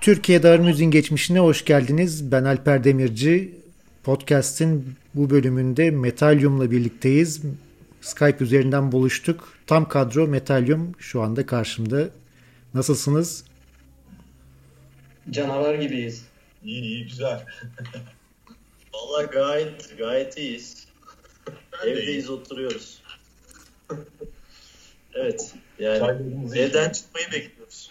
Türkiye'de Ağır Müziğin geçmişine hoş geldiniz. Ben Alper Demirci. Podcast'in bu bölümünde Metalyum'la birlikteyiz. Skype üzerinden buluştuk. Tam kadro Metalyum şu anda karşımda. Nasılsınız? Canavar gibiyiz. İyi, güzel. Vallahi gayet iyiyiz. Evdeyiz, oturuyoruz. Evet, yani evden çıkmayı bekliyoruz.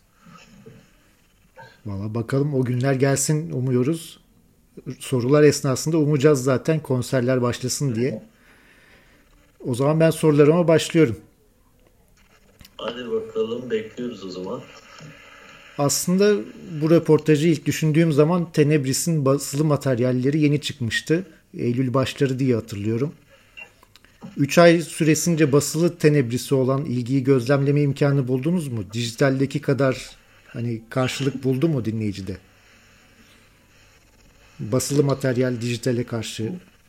Valla bakalım, o günler gelsin umuyoruz. Sorular esnasında umacağız zaten konserler başlasın diye. O zaman ben sorularıma başlıyorum. Hadi bakalım, bekliyoruz o zaman. Aslında bu röportajı ilk düşündüğüm zaman Tenebris'in basılı materyalleri yeni çıkmıştı. Eylül başları diye hatırlıyorum. 3 ay süresince basılı Tenebris'e olan ilgiyi gözlemleme imkanı buldunuz mu? Dijitaldeki kadar karşılık buldu mu dinleyicide? Basılı materyal dijitale karşı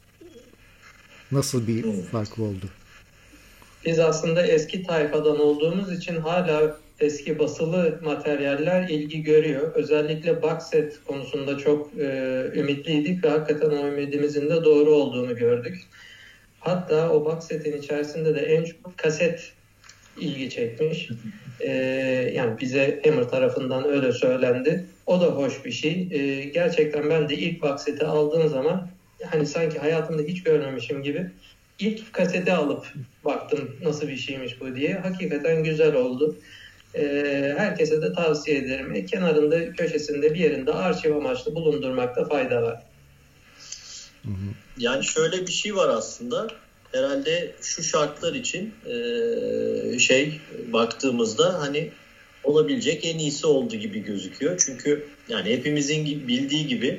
nasıl bir fark oldu? Biz aslında eski tayfadan olduğumuz için hala eski basılı materyaller ilgi görüyor. Özellikle box set konusunda çok ümitliydik ve hakikaten o ümidimizin de doğru olduğunu gördük. Hatta o box setin içerisinde de en çok kaset ilgi çekmiş. Yani bize Hammer tarafından öyle söylendi. O da hoş bir şey. Gerçekten ben de ilk box seti aldığım zaman sanki hayatımda hiç görmemişim gibi ilk kaseti alıp baktım nasıl bir şeymiş bu diye. Hakikaten güzel oldu. Herkese de tavsiye ederim. Kenarında, köşesinde bir yerinde arşiv amaçlı bulundurmakta fayda var. Yani şöyle bir şey var aslında. Herhalde şu şartlar için baktığımızda olabilecek en iyisi oldu gibi gözüküyor. Çünkü yani hepimizin bildiği gibi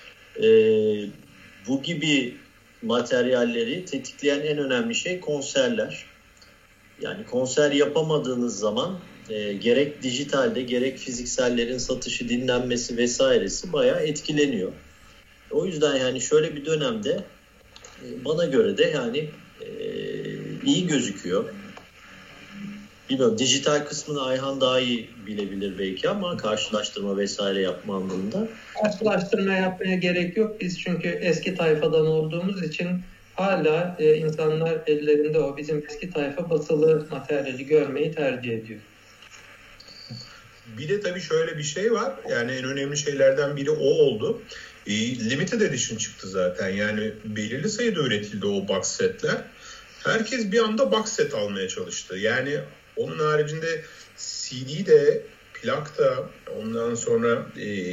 bu gibi materyalleri tetikleyen en önemli şey konserler. Yani konser yapamadığınız zaman gerek dijitalde gerek fiziksellerin satışı, dinlenmesi vesairesi bayağı etkileniyor. O yüzden yani şöyle bir dönemde bana göre de iyi gözüküyor. Bilmiyorum, dijital kısmını Ayhan daha iyi bilebilir belki ama karşılaştırma vesaire yapma anlamında. Karşılaştırma yapmaya gerek yok. Biz çünkü eski tayfadan olduğumuz için hala insanlar ellerinde o bizim eski tayfa basılı materyali görmeyi tercih ediyor. Bir de tabii şöyle bir şey var. Yani en önemli şeylerden biri o oldu. Limited Edition çıktı zaten. Yani belirli sayıda üretildi o box setler. Herkes bir anda box set almaya çalıştı. Yani onun haricinde CD de, plak da, ondan sonra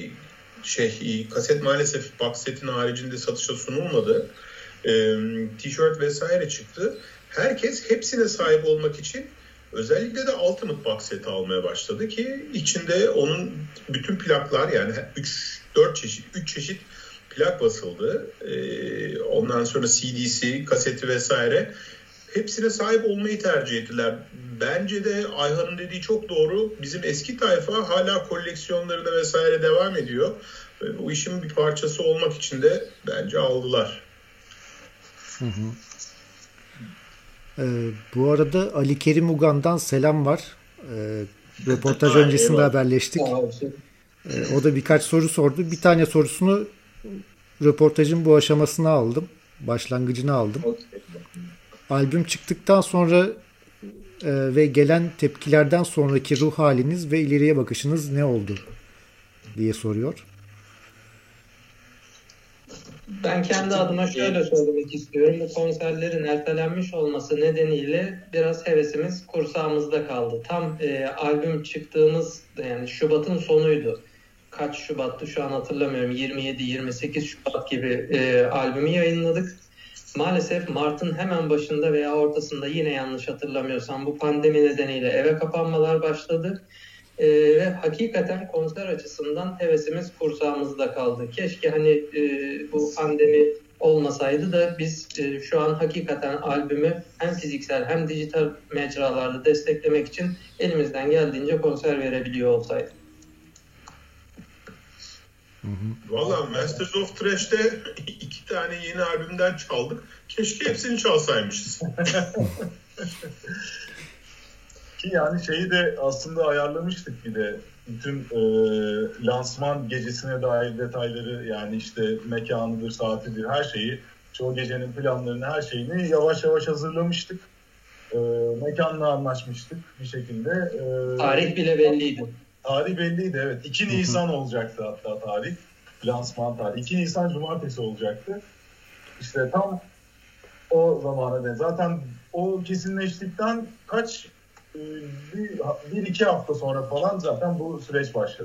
kaset maalesef box setin haricinde satışa sunulmadı. Tişört vesaire çıktı. Herkes hepsine sahip olmak için özellikle de Ultimate Box Set'i almaya başladı ki içinde onun bütün plaklar, yani 3 çeşit plak basıldı. Ondan sonra CD'si, kaseti vesaire hepsine sahip olmayı tercih ettiler. Bence de Ayhan'ın dediği çok doğru. Bizim eski tayfa hala koleksiyonlarına vesaire devam ediyor. Bu işin bir parçası olmak için de bence aldılar. Hı hı. Bu arada Ali Kerim Ugan'dan selam var. Röportaj öncesinde haberleştik. O da birkaç soru sordu. Bir tane sorusunu röportajın bu aşamasına aldım. Başlangıcını aldım. Albüm çıktıktan sonra ve gelen tepkilerden sonraki ruh haliniz ve ileriye bakışınız ne oldu diye soruyor. Ben kendi adıma şöyle söylemek istiyorum. Bu konserlerin ertelenmiş olması nedeniyle biraz hevesimiz kursağımızda kaldı. Tam albüm çıktığımız, yani Şubat'ın sonuydu. Kaç Şubat'tı şu an hatırlamıyorum. 27-28 Şubat gibi albümü yayınladık. Maalesef Mart'ın hemen başında veya ortasında, yine yanlış hatırlamıyorsam, bu pandemi nedeniyle eve kapanmalar başladı. Ve hakikaten konser açısından hevesimiz kursağımızda kaldı. Keşke bu pandemi olmasaydı da biz şu an hakikaten albümü hem fiziksel hem dijital mecralarda desteklemek için elimizden geldiğince konser verebiliyor olsaydık. Valla Masters of Thrash'te 2 tane yeni albümden çaldık. Keşke hepsini çalsaymışız. Ki yani şeyi de aslında ayarlamıştık bir de. Bütün lansman gecesine dair detayları, yani işte mekanıdır, saatidir, her şeyi, çoğu gecenin planlarını, her şeyini yavaş yavaş hazırlamıştık. Mekanla anlaşmıştık bir şekilde. Tarih bile belliydi. Tarih belliydi, evet. 2 Nisan olacaktı hatta tarih. Lansman tarihi. 2 Nisan Cumartesi olacaktı. İşte tam o zamana da zaten o kesinleştikten bir iki hafta sonra falan zaten bu süreç başladı.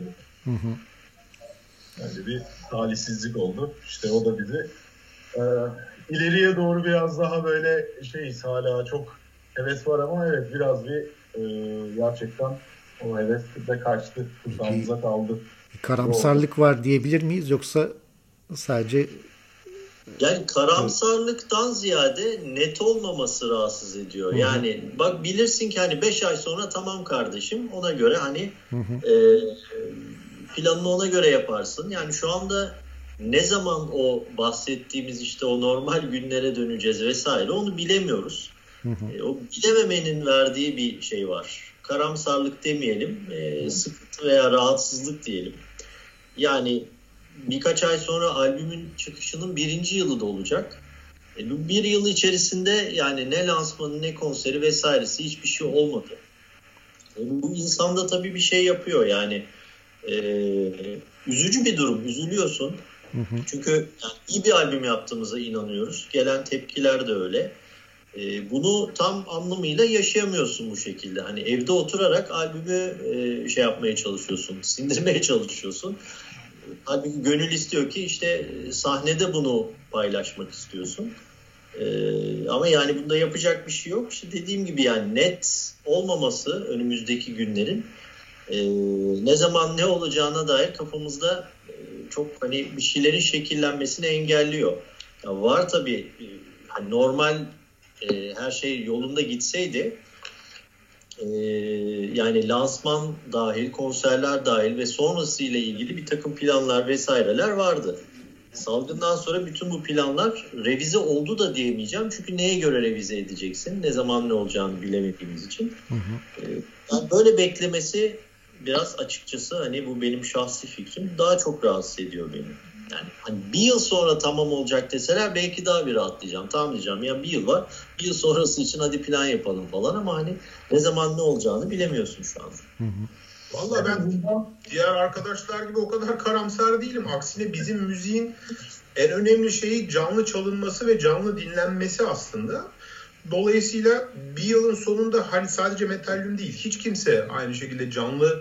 Yani bir talihsizlik oldu. İşte o da bizi ileriye doğru biraz daha böyle hala çok heves var ama evet biraz gerçekten o heves de kaçtı. Kursağımıza kaldı. Karamsarlık var diyebilir miyiz, yoksa sadece yani karamsarlıktan ziyade net olmaması rahatsız ediyor. Yani bak bilirsin ki hani 5 ay sonra tamam kardeşim, ona göre hani planını ona göre yaparsın. Yani şu anda ne zaman o bahsettiğimiz işte o normal günlere döneceğiz vesaire, onu bilemiyoruz. O bilememenin verdiği bir şey var. Karamsarlık demeyelim, sıkıntı veya rahatsızlık diyelim. Yani birkaç ay sonra albümün çıkışının 1. yılı da olacak. Bu 1 yıl içerisinde yani ne lansmanı ne konseri vesairesi hiçbir şey olmadı. Bu insanda tabii bir şey yapıyor yani. Üzücü bir durum, üzülüyorsun. Çünkü yani iyi bir albüm yaptığımıza inanıyoruz. Gelen tepkiler de öyle. Bunu tam anlamıyla yaşayamıyorsun bu şekilde. Hani evde oturarak albümü yapmaya çalışıyorsun, sindirmeye çalışıyorsun. Halbuki gönül istiyor ki işte sahnede bunu paylaşmak istiyorsun. Ama yani bunda yapacak bir şey yok. İşte dediğim gibi yani net olmaması önümüzdeki günlerin ne zaman ne olacağına dair kafamızda çok hani bir şeylerin şekillenmesini engelliyor. Ya var tabii hani normal her şey yolunda gitseydi yani lansman dahil, konserler dahil ve sonrasıyla ilgili bir takım planlar vesaireler vardı. Salgından sonra bütün bu planlar revize oldu da diyemeyeceğim. Çünkü neye göre revize edeceksin? Ne zaman ne olacağını bilemediğimiz için. Yani böyle beklemesi biraz açıkçası hani bu benim şahsi fikrim daha çok rahatsız ediyor beni. Yani hani bir yıl sonra tamam olacak deseler belki daha bir rahatlayacağım. Tamam diyeceğim ya, bir yıl var. Bir yıl sonrası için hadi plan yapalım falan ama hani ne zaman ne olacağını bilemiyorsun şu an. Vallahi ben diğer arkadaşlar gibi o kadar karamsar değilim. Aksine bizim müziğin en önemli şeyi canlı çalınması ve canlı dinlenmesi aslında. Dolayısıyla bir yılın sonunda hani sadece Metalyum değil, hiç kimse aynı şekilde canlı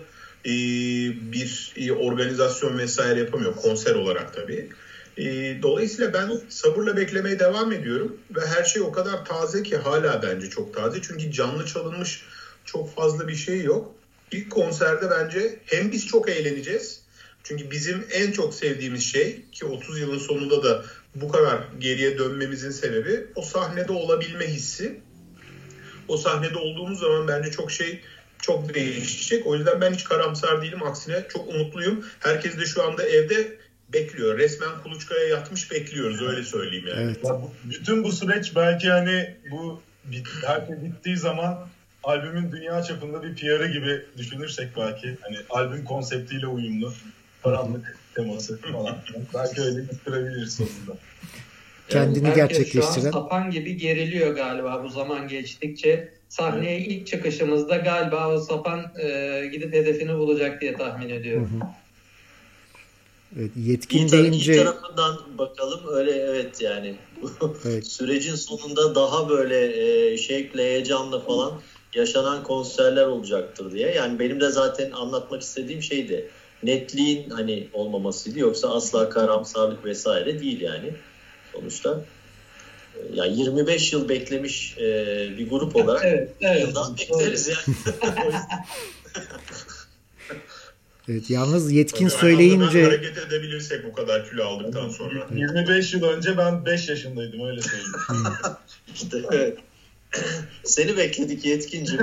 bir organizasyon vesaire yapamıyor, konser olarak tabii. Dolayısıyla ben sabırla beklemeye devam ediyorum ve her şey o kadar taze ki, hala bence çok taze. Çünkü canlı çalınmış çok fazla bir şey yok. İlk konserde bence hem biz çok eğleneceğiz. Çünkü bizim en çok sevdiğimiz şey, ki 30 yılın sonunda da bu kadar geriye dönmemizin sebebi o sahnede olabilme hissi. O sahnede olduğumuz zaman bence çok değişecek. O yüzden ben hiç karamsar değilim. Aksine çok umutluyum. Herkes de şu anda evde bekliyor. Resmen kuluçkaya yatmış bekliyoruz. Öyle söyleyeyim yani. Evet. Bütün bu süreç belki hani her şey bittiği zaman albümün dünya çapında bir PR'ı gibi düşünürsek belki. Hani albüm konseptiyle uyumlu. Karanlık teması falan. Belki öyle bitirebiliriz sonunda. Kendini gerçekleştiren. Şu an sapan gibi geriliyor galiba bu zaman geçtikçe. Sahneye ilk çıkışımızda galiba o sapan gidip hedefini bulacak diye tahmin ediyorum. Evet, yetkin deyince iyi tarafından bakalım öyle, evet yani. Evet. Sürecin sonunda daha böyle şevkle, heyecanla falan yaşanan konserler olacaktır diye. Yani benim de zaten anlatmak istediğim şeydi. Netliğin hani olmamasıydı, yoksa asla karamsarlık vesaire değil yani. Sonuçta yani 25 yıl beklemiş bir grup olarak evet. Yıldan bekleriz yani. Evet, yalnız yetkin söyleyince hareket edebilirsek bu kadar kilo aldıktan sonra. 25 yıl önce ben 5 yaşındaydım, öyle söyleyeyim. İşte evet. Seni bekledik Yetkincim.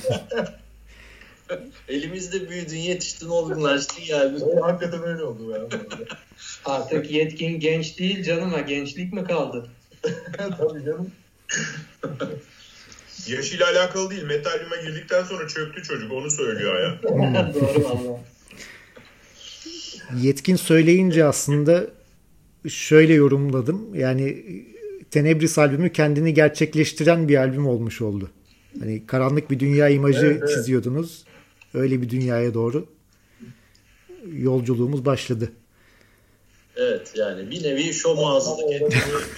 Elimizde büyüdün, yetiştin, olgunlaştın yani. Hakikaten öyle oldu ya. Artık Yetkin genç değil canım, ha gençlik mi kaldı? Tabii canım. Yaşıyla alakalı değil. Metalyuma girdikten sonra çöktü çocuk. Onu söylüyor ya. Doğru valla. Yetkin söyleyince aslında şöyle yorumladım. Yani Tenebris albümü kendini gerçekleştiren bir albüm olmuş oldu. Hani karanlık bir dünya imajı çiziyordunuz. Öyle bir dünyaya doğru yolculuğumuz başladı. Evet, yani bir nevi şov mağazalık.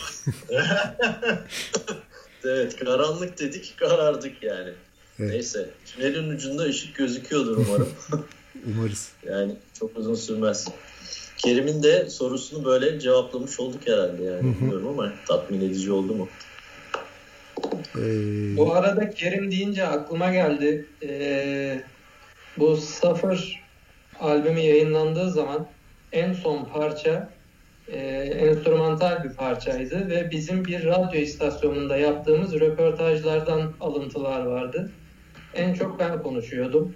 Evet, karanlık dedik, karardık yani. Evet. Neyse, tünelin ucunda ışık gözüküyordur umarım. Umarız. Yani çok uzun sürmez. Kerim'in de sorusunu böyle cevaplamış olduk herhalde yani. Bilmiyorum ama tatmin edici oldu mu? Bu arada Kerim deyince aklıma geldi. Bu Suffer albümü yayınlandığı zaman en son parça enstrümantal bir parçaydı ve bizim bir radyo istasyonunda yaptığımız röportajlardan alıntılar vardı. En çok ben konuşuyordum.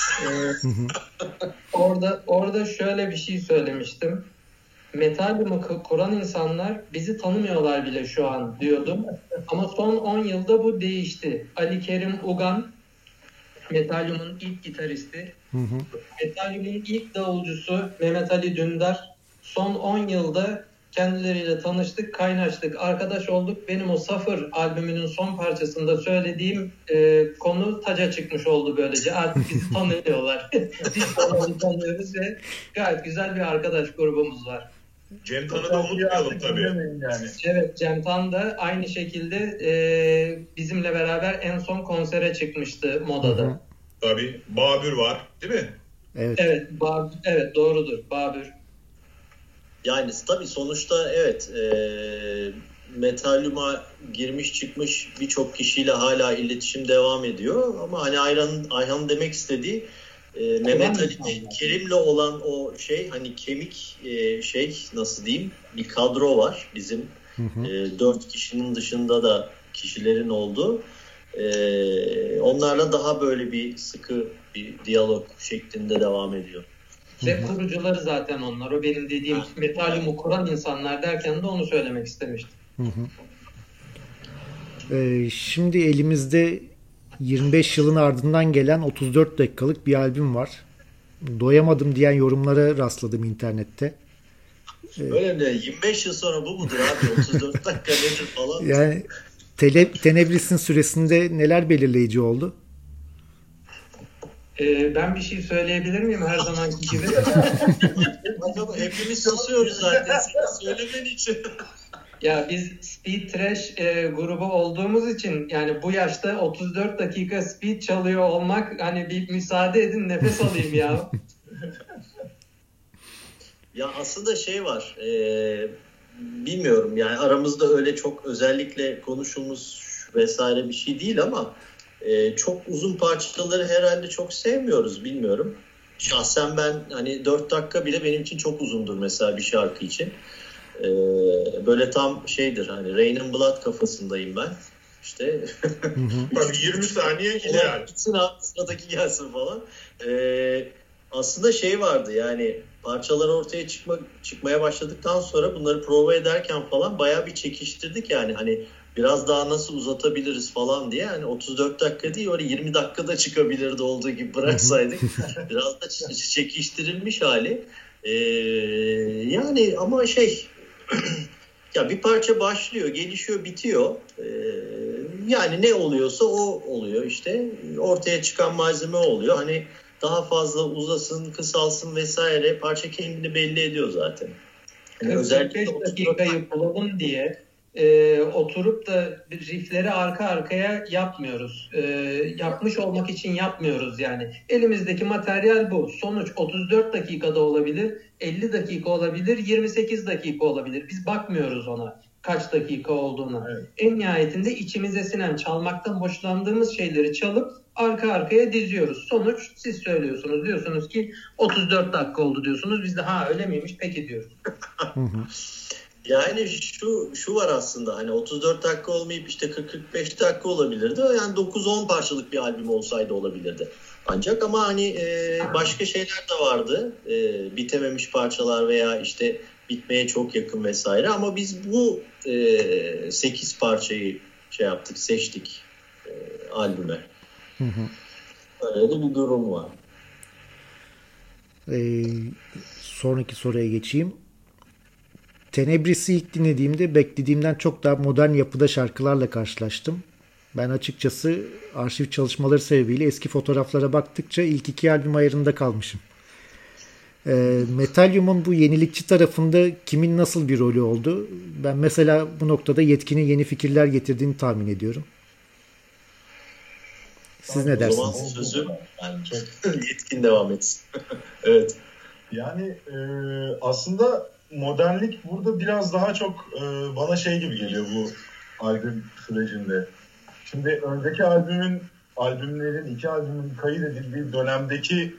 Orada şöyle bir şey söylemiştim. Metalyumu kuran insanlar bizi tanımıyorlar bile şu an diyordum. Ama son 10 yılda bu değişti. Ali Kerim Ugan, Metalyum'un ilk gitaristi. Metalyum'un ilk davulcusu Mehmet Ali Dündar. Son 10 yılda kendileriyle tanıştık, kaynaştık, arkadaş olduk. Benim o Suffer albümünün son parçasında söylediğim konu taca çıkmış oldu böylece. Artık bizi tanıyorlar. Biz onları tanıyoruz ve gayet güzel bir arkadaş grubumuz var. Cem Tan'ı da unutmayalım tabii. Yani. Evet, Cem Tan da aynı şekilde bizimle beraber en son konsere çıkmıştı Moda'da. Tabii. Babür var, değil mi? Evet. Evet, doğrudur. Babür. Yani tabii sonuçta evet Metalyum'a girmiş çıkmış birçok kişiyle hala iletişim devam ediyor ama hani Ayhan demek istediği Mehmet Ali Kerim'le olan o şey hani kemik nasıl diyeyim bir kadro var bizim 4 kişinin dışında da kişilerin olduğu onlarla daha böyle bir sıkı bir diyalog şeklinde devam ediyor. Ve kurucuları zaten onlar. O benim dediğim Metalyum'u kuran insanlar derken de onu söylemek istemiştim. Şimdi elimizde 25 yılın ardından gelen 34 dakikalık bir albüm var. Doyamadım diyen yorumlara rastladım internette. Öyle mi? 25 yıl sonra bu mudur abi? 34 dakika nedir falan? Yani Tenebris'in süresinde neler belirleyici oldu? Ben bir şey söyleyebilir miyim her zamanki gibi? Hepimiz susuyoruz zaten seni söylemen için. Ya biz Speed Trash grubu olduğumuz için yani bu yaşta 34 dakika speed çalıyor olmak hani bir müsaade edin nefes alayım ya. Ya aslında şey var bilmiyorum yani aramızda öyle çok özellikle konuşulmuş vesaire bir şey değil ama çok uzun parçaları herhalde çok sevmiyoruz bilmiyorum. Şahsen ben hani 4 dakika bile benim için çok uzundur mesela bir şarkı için. Böyle tam şeydir hani Rain and Blood kafasındayım ben. İşte bak 20 saniye ideal. Gitsin abi sıradaki gelsin falan. Aslında şey vardı yani parçalar ortaya çıkmaya başladıktan sonra bunları prova ederken falan bayağı bir çekiştirdik yani hani biraz daha nasıl uzatabiliriz falan diye hani 34 dakika değil öyle 20 dakikada çıkabilirdi olduğu gibi bıraksaydık. Biraz da çekiştirilmiş hali. Yani ama ya bir parça başlıyor, gelişiyor, bitiyor. Yani ne oluyorsa o oluyor işte. Ortaya çıkan malzeme oluyor. Hani daha fazla uzasın, kısalsın vesaire parça kendini belli ediyor zaten. Yani 45 dakikayı bulalım diye oturup da riffleri arka arkaya yapmıyoruz. Yapmış olmak için yapmıyoruz yani. Elimizdeki materyal bu. Sonuç 34 dakikada olabilir, 50 dakika olabilir, 28 dakika olabilir. Biz bakmıyoruz ona kaç dakika olduğuna. Evet. En nihayetinde içimize sinen, çalmaktan hoşlandığımız şeyleri çalıp arka arkaya diziyoruz. Sonuç siz söylüyorsunuz. Diyorsunuz ki 34 dakika oldu diyorsunuz. Biz de öyle miymiş peki diyoruz. Yani şu var aslında hani 34 dakika olmayıp işte 40-45 dakika olabilirdi. Yani 9-10 parçalık bir albüm olsaydı olabilirdi. Ancak ama hani başka şeyler de vardı. Bitememiş parçalar veya işte bitmeye çok yakın vesaire. Ama biz bu 8 parçayı seçtik. albüme. Öyle de bir durum var. Sonraki soruya geçeyim. Tenebris'i ilk dinlediğimde beklediğimden çok daha modern yapıda şarkılarla karşılaştım. Ben açıkçası arşiv çalışmaları sebebiyle eski fotoğraflara baktıkça ilk iki albüm ayarında kalmışım. Metalium'un bu yenilikçi tarafında kimin nasıl bir rolü oldu? Ben mesela bu noktada Yetkin'in yeni fikirler getirdiğini tahmin ediyorum. Siz ne dersiniz? O zaman sözü Yetkin devam etsin. Evet. Yani aslında modernlik burada biraz daha çok bana şey gibi geliyor bu albüm sürecinde. Şimdi önceki iki albümün kaydedildiği dönemdeki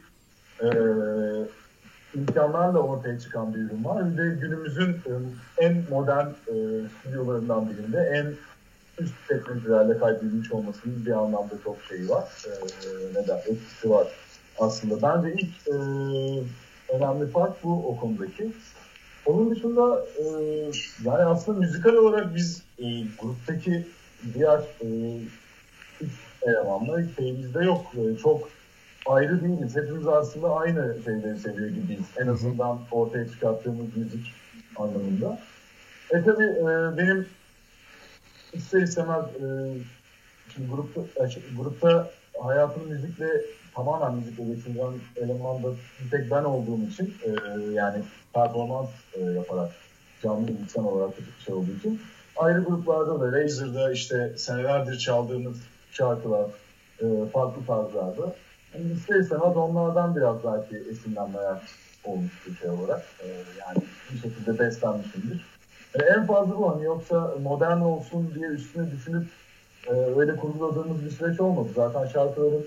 imkanlarla ortaya çıkan bir ürün var. Bir de günümüzün en modern stüdyolarından birinde en üst teknolojilerle kaydedilmiş olmasının bir anlamda çok şeyi var. Etkisi var aslında. Bence ilk önemli fark bu o konudaki. Onun dışında yani aslında müzikal olarak biz gruptaki diğer üç elemanla şeyimizde yok. Çok ayrı değiliz. Hepimiz aslında aynı şeyleri seviyor gibiyiz. En azından ortaya çıkarttığımız müzik anlamında. Tabii benim ister istemez şimdi grupta hayatını tamamen müzikle geçiren eleman da bir tek ben olduğum için yani performans yaparak canlı insan olarak bir şey olduğu için ayrı gruplarda da Razor'da işte senelerdir çaldığımız şarkılar farklı tarzlarda. Yani ister istemez onlardan biraz belki esinlenmeler olmuş bir şey olarak. Yani bir şekilde beslenmişimdir. En fazla bu hani yoksa modern olsun diye üstüne düşünüp öyle kurguladığımız bir süreç olmadı. Zaten şarkıların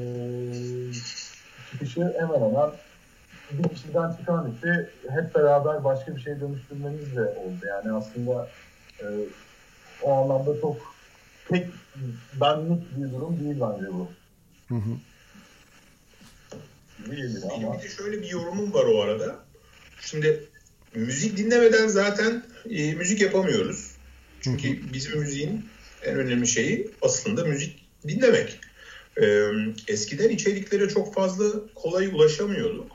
çıkışı hemen hemen bir kişiden çıkan işi hep beraber başka bir şey dönüştürmemizle oldu. Yani aslında o anlamda çok tek benlik bir durum değil bence bu. Benim bir de şöyle bir yorumum var o arada. Şimdi müzik dinlemeden zaten müzik yapamıyoruz. Çünkü bizim müziğin en önemli şeyi aslında müzik dinlemek. Eskiden içeriklere çok fazla kolay ulaşamıyorduk.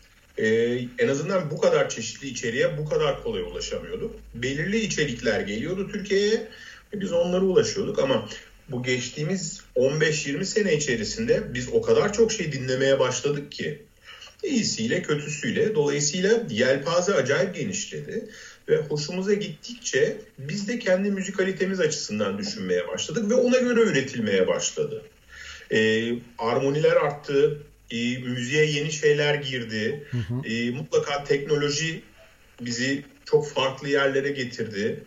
En azından bu kadar çeşitli içeriğe bu kadar kolay ulaşamıyorduk. Belirli içerikler geliyordu Türkiye'ye ve biz onlara ulaşıyorduk ama bu geçtiğimiz 15-20 sene içerisinde biz o kadar çok şey dinlemeye başladık ki iyisiyle kötüsüyle, dolayısıyla yelpaze acayip genişledi ve hoşumuza gittikçe biz de kendi müzikalitemiz açısından düşünmeye başladık ve ona göre üretilmeye başladı. Armoniler arttı, müziğe yeni şeyler girdi, mutlaka teknoloji bizi çok farklı yerlere getirdi.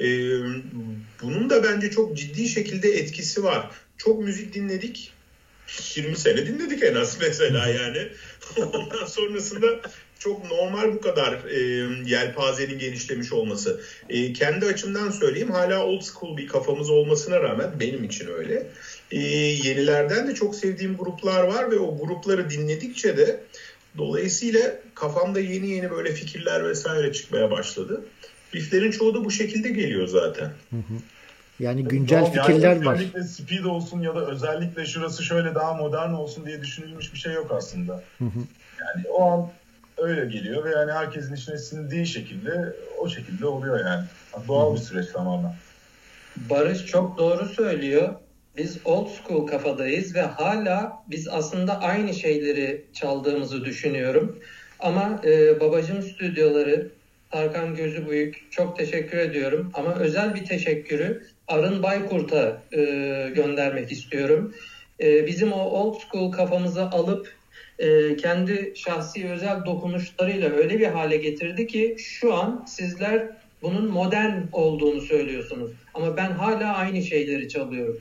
Bunun da bence çok ciddi şekilde etkisi var. Çok müzik dinledik. 20 sene dinledik en az mesela yani. Ondan sonrasında çok normal bu kadar yelpazenin genişlemiş olması. Kendi açımdan söyleyeyim, hala old school bir kafamız olmasına rağmen benim için öyle. Yenilerden de çok sevdiğim gruplar var ve o grupları dinledikçe de dolayısıyla kafamda yeni böyle fikirler vesaire çıkmaya başladı. Rifflerin çoğu da bu şekilde geliyor zaten. Yani güncel fikirler var. Özellikle speed olsun ya da özellikle şurası şöyle daha modern olsun diye düşünülmüş bir şey yok aslında. Yani o an öyle geliyor ve yani herkesin içine sindiği şekilde o şekilde oluyor yani. Doğal bir süreç tamamen. Barış çok doğru söylüyor. Biz old school kafadayız ve hala biz aslında aynı şeyleri çaldığımızı düşünüyorum. Ama Babacım Stüdyoları, Tarkan Gözübüyük, çok teşekkür ediyorum. Ama özel bir teşekkürü Arın Baykurt'a göndermek istiyorum. Bizim o old school kafamızı alıp kendi şahsi özel dokunuşlarıyla öyle bir hale getirdi ki şu an sizler bunun modern olduğunu söylüyorsunuz. Ama ben hala aynı şeyleri çalıyorum.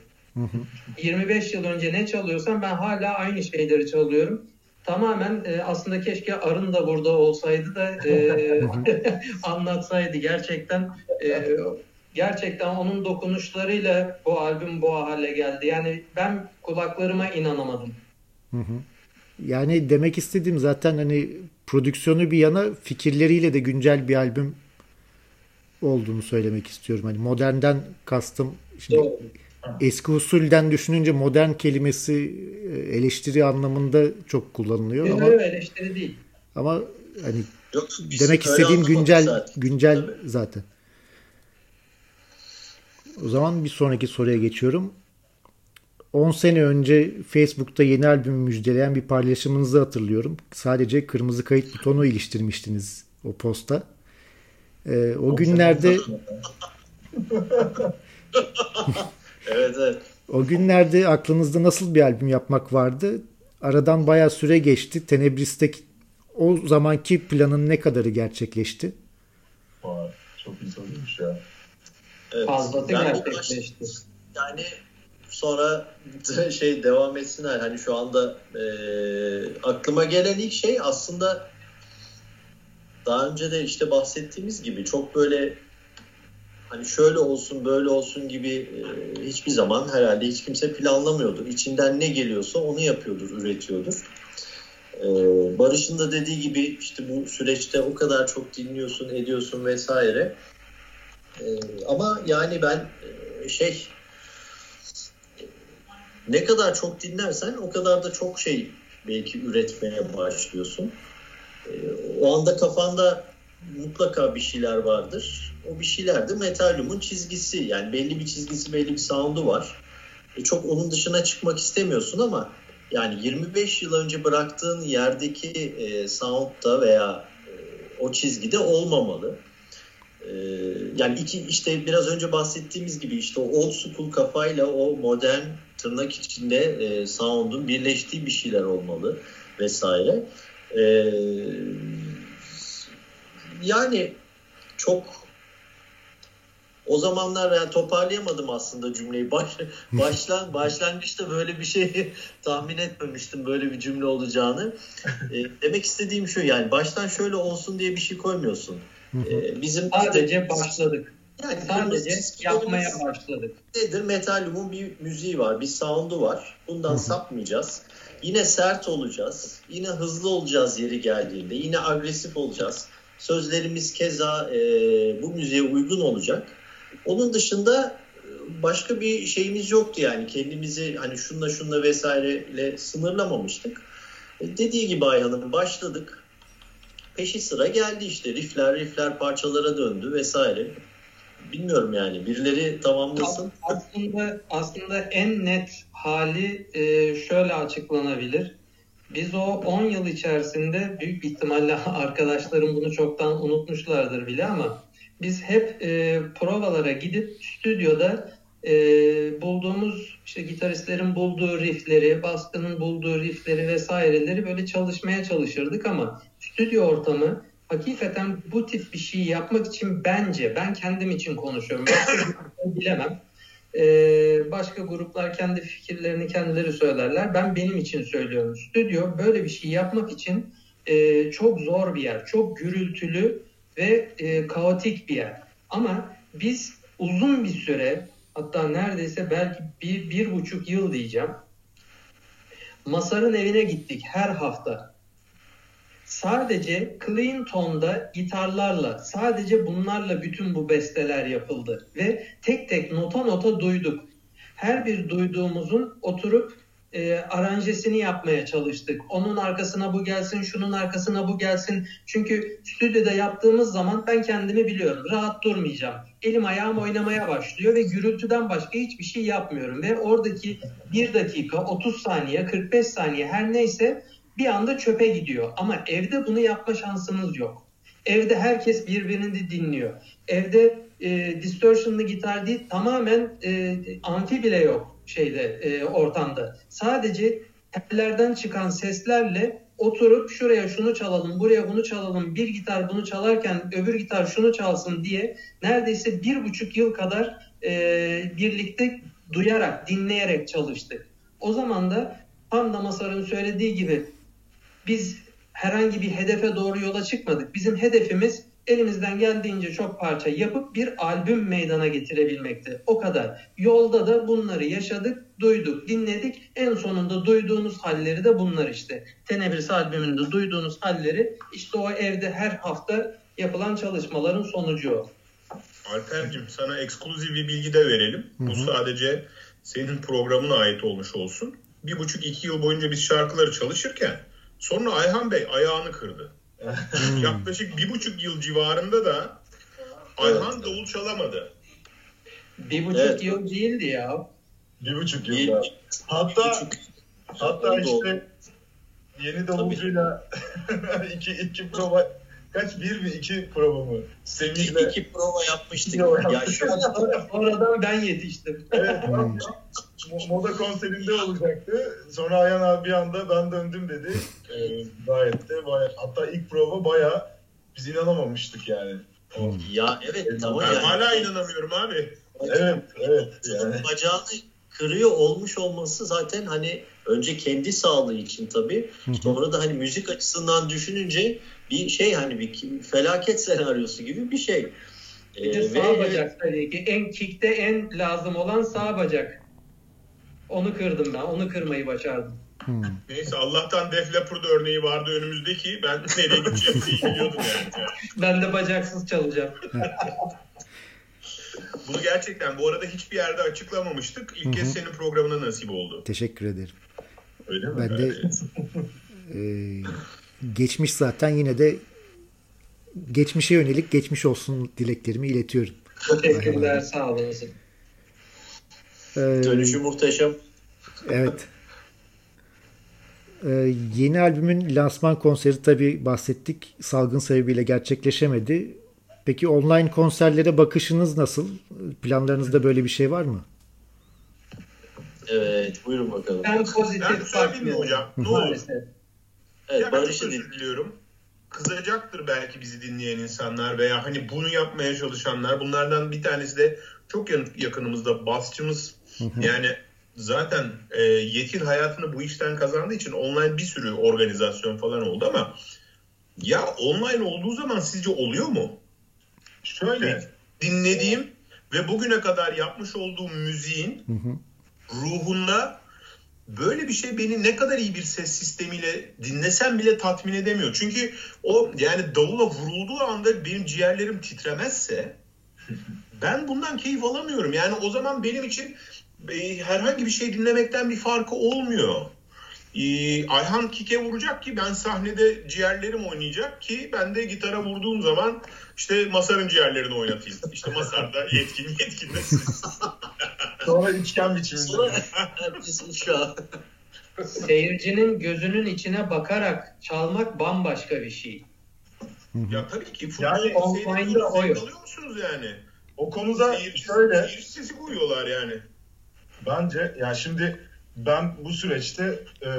25 yıl önce ne çalıyorsam ben hala aynı şeyleri çalıyorum. Tamamen aslında keşke Arın da burada olsaydı da anlatsaydı. Gerçekten onun dokunuşlarıyla bu albüm bu hale geldi. Yani ben kulaklarıma inanamadım. Yani demek istediğim zaten hani prodüksiyonu bir yana fikirleriyle de güncel bir albüm olduğunu söylemek istiyorum. Hani modernden kastım şimdi eski usulden düşününce modern kelimesi eleştiri anlamında çok kullanılıyor. Ama eleştiri değil. Ama hani yok, demek istediğim güncel zaten. O zaman bir sonraki soruya geçiyorum. 10 sene önce Facebook'ta yeni albümü müjdeleyen bir paylaşımınızı hatırlıyorum. Sadece kırmızı kayıt butonu iliştirmiştiniz o posta. O günlerde evet. O günlerde aklınızda nasıl bir albüm yapmak vardı? Aradan bayağı süre geçti. Tenebris'teki o zamanki planın ne kadarı gerçekleşti? Çok iyi soruymuş ya. Evet. Fazlası gerçekleşti. Yani sonra devam etsinler. Hani şu anda aklıma gelen ilk şey aslında daha önce de işte bahsettiğimiz gibi çok böyle hani şöyle olsun böyle olsun gibi hiçbir zaman herhalde hiç kimse planlamıyordur. İçinden ne geliyorsa onu yapıyordur, üretiyordur. Barış'ın da dediği gibi işte bu süreçte o kadar çok dinliyorsun, ediyorsun vesaire. Ama yani ben ne kadar çok dinlersen o kadar da çok şey belki üretmeye başlıyorsun. O anda kafanda mutlaka bir şeyler vardır. O bir şeyler de Metalium'un çizgisi. Yani belli bir çizgisi, belli bir sound'u var. Çok onun dışına çıkmak istemiyorsun ama yani 25 yıl önce bıraktığın yerdeki sound'da veya o çizgide olmamalı. Yani işte biraz önce bahsettiğimiz gibi işte o old school kafayla o modern tırnak içinde sound'un birleştiği bir şeyler olmalı vesaire. Yani çok o zamanlar yani toparlayamadım aslında cümleyi. Başlangıçta böyle bir şey tahmin etmemiştim, böyle bir cümle olacağını. Demek istediğim şu, yani baştan şöyle olsun diye bir şey koymuyorsun. Bizim sadece başladık. Yani sadece yapmaya başladık. Nedir? Metalium'un bir müziği var, bir sound'u var. Bundan sapmayacağız. Yine sert olacağız. Yine hızlı olacağız yeri geldiğinde. Yine agresif olacağız. Sözlerimiz keza bu müziğe uygun olacak. Onun dışında başka bir şeyimiz yoktu yani. Kendimizi hani şunla vesaireyle sınırlamamıştık. Dediği gibi Ayhan'ın başladık. Peşi sıra geldi işte. Riffler parçalara döndü vesaire. Bilmiyorum yani. Birileri tamamlasın. Aslında en net hali şöyle açıklanabilir. Biz o 10 yıl içerisinde büyük ihtimalle arkadaşlarım bunu çoktan unutmuşlardır bile ama biz hep provalara gidip stüdyoda bulduğumuz işte gitaristlerin bulduğu riffleri, baskının bulduğu riffleri vesaireleri böyle çalışmaya çalışırdık ama stüdyo ortamı hakikaten bu tip bir şey yapmak için ben kendim için konuşuyorum. Ben bilemem. Başka gruplar kendi fikirlerini kendileri söylerler. Ben benim için söylüyorum. Stüdyo böyle bir şey yapmak için çok zor bir yer. Çok gürültülü ve kaotik bir yer. Ama biz uzun bir süre, hatta neredeyse belki bir buçuk yıl diyeceğim, Masar'ın evine gittik her hafta. Sadece clean tonda gitarlarla, sadece bunlarla bütün bu besteler yapıldı. Ve tek tek nota duyduk. Her bir duyduğumuzun oturup aranjesini yapmaya çalıştık. Onun arkasına bu gelsin, şunun arkasına bu gelsin. Çünkü stüdyoda yaptığımız zaman ben kendimi biliyorum. Rahat durmayacağım. Elim ayağım oynamaya başlıyor ve gürültüden başka hiçbir şey yapmıyorum. Ve oradaki 1 dakika, 30 saniye, 45 saniye her neyse bir anda çöpe gidiyor. Ama evde bunu yapma şansınız yok. Evde herkes birbirini dinliyor. Evde distortion'lı gitar değil, tamamen amfi bile yok ortamda. Sadece tellerden çıkan seslerle oturup şuraya şunu çalalım, buraya bunu çalalım, bir gitar bunu çalarken öbür gitar şunu çalsın diye neredeyse 1,5 yıl kadar birlikte duyarak, dinleyerek çalıştık. O zaman da tam da Masar'ın söylediği gibi biz herhangi bir hedefe doğru yola çıkmadık. Bizim hedefimiz elimizden geldiğince çok parça yapıp bir albüm meydana getirebilmekti. O kadar. Yolda da bunları yaşadık, duyduk, dinledik. En sonunda duyduğunuz halleri de bunlar işte. Tenebris albümünde duyduğunuz halleri işte o evde her hafta yapılan çalışmaların sonucu o. Alper'cim sana ekskluzif bir bilgi de verelim. Hı-hı. Bu sadece senin programına ait olmuş olsun. 1,5-2 yıl boyunca biz şarkıları çalışırken sonra Ayhan Bey ayağını kırdı. Yaklaşık 1,5 yıl civarında da Ayhan davul çalamadı. 1,5 yıl değildi ya. 1,5 yılda. Hatta işte yeni davulcuyla iki prova, bir mi iki prova mı? Semih'le iki prova yapmıştık. Ya oradan ben yetiştim. Evet. Moda konserinde olacaktı. Sonra Ayhan abi bir anda ben döndüm dedi. Gayet de hatta ilk prova bayağı biz inanamamıştık yani. Ya evet ama yani. Hala inanamıyorum abi. Evet yani. Bacağını kırıyor olmuş olması zaten hani önce kendi sağlığı için tabii. Sonra da hani müzik açısından düşününce bir şey hani bir felaket senaryosu gibi bir şey. Bir de sağ bacak tabii ki. En kickte en lazım olan sağ bacak. Onu kırdım ben. Onu kırmayı başardım. Neyse Allah'tan Def Leppard örneği vardı önümüzdeki. Ben nereye gideceğimi biliyordum yani. Ben de bacaksız çalacağım. Bunu gerçekten bu arada hiçbir yerde açıklamamıştık. İlk kez senin programına nasip oldu. Teşekkür ederim. Öyle mi? Ben de geçmiş zaten yine de geçmişe yönelik geçmiş olsun dileklerimi iletiyorum. Teşekkürler, sağ olasın. Dönüşü muhteşem. Evet. Yeni albümün lansman konseri tabii bahsettik. Salgın sebebiyle gerçekleşemedi. Peki online konserlere bakışınız nasıl? Planlarınızda böyle bir şey var mı? Evet, buyurun bakalım. Ben pozitif bakmıyorum hocam. Ne olur. Evet, Barış'ı diliyorum. Kızacaktır belki bizi dinleyen insanlar veya hani bunu yapmaya çalışanlar. Bunlardan bir tanesi de çok yakınımızda basçımız. Yani zaten Yetil hayatını bu işten kazandığı için online bir sürü organizasyon falan oldu ama ya online olduğu zaman sizce oluyor mu? Şöyle dinlediğim ve bugüne kadar yapmış olduğum müziğin ruhunda böyle bir şey beni ne kadar iyi bir ses sistemiyle dinlesem bile tatmin edemiyor. Çünkü o yani davula vurulduğu anda benim ciğerlerim titremezse ben bundan keyif alamıyorum. Yani o zaman benim için herhangi bir şey dinlemekten bir farkı olmuyor. Ayhan kick'e vuracak ki ben sahnede ciğerlerim oynayacak ki ben de gitara vurduğum zaman işte Masar'ın ciğerlerini oynatayım. İşte Masar da yetkin de siz. Sonra üçgen biçiminde. Şu an. Seyircinin gözünün içine bakarak çalmak bambaşka bir şey. Ya tabii ki. Yani online'da o yok. Alıyor musunuz yani? O konuda şöyle. Seyirci sesi koyuyorlar yani. Bence yani şimdi ben bu süreçte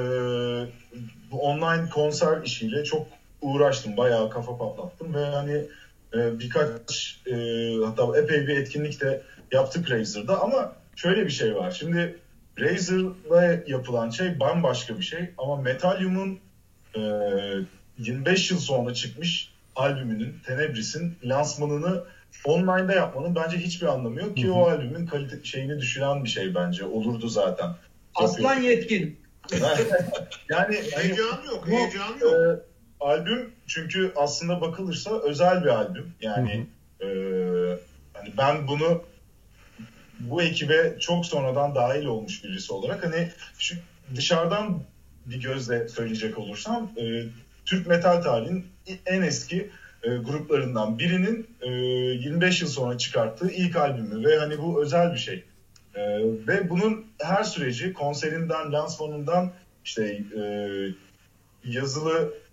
bu online konser işiyle çok uğraştım. Bayağı kafa patlattım ve hani birkaç hatta epey bir etkinlik de yaptık Razer'da ama şöyle bir şey var. Şimdi Razer'da yapılan şey bambaşka bir şey ama Metalium'un 25 yıl sonra çıkmış albümünün Tenebris'in lansmanını online'da yapmanın bence hiçbir anlamı yok ki o albümün şeyini düşüren bir şey bence. Olurdu zaten. Aslan yetkin. Yani heyecan yok. Albüm çünkü aslında bakılırsa özel bir albüm. Yani hani ben bunu bu ekibe çok sonradan dahil olmuş birisi olarak hani şu dışarıdan bir gözle söyleyecek olursam Türk metal tarihinin en eski gruplarından birinin 25 yıl sonra çıkarttığı ilk albümü ve hani bu özel bir şey. Ve bunun her süreci konserinden, lansmanından işte yazılı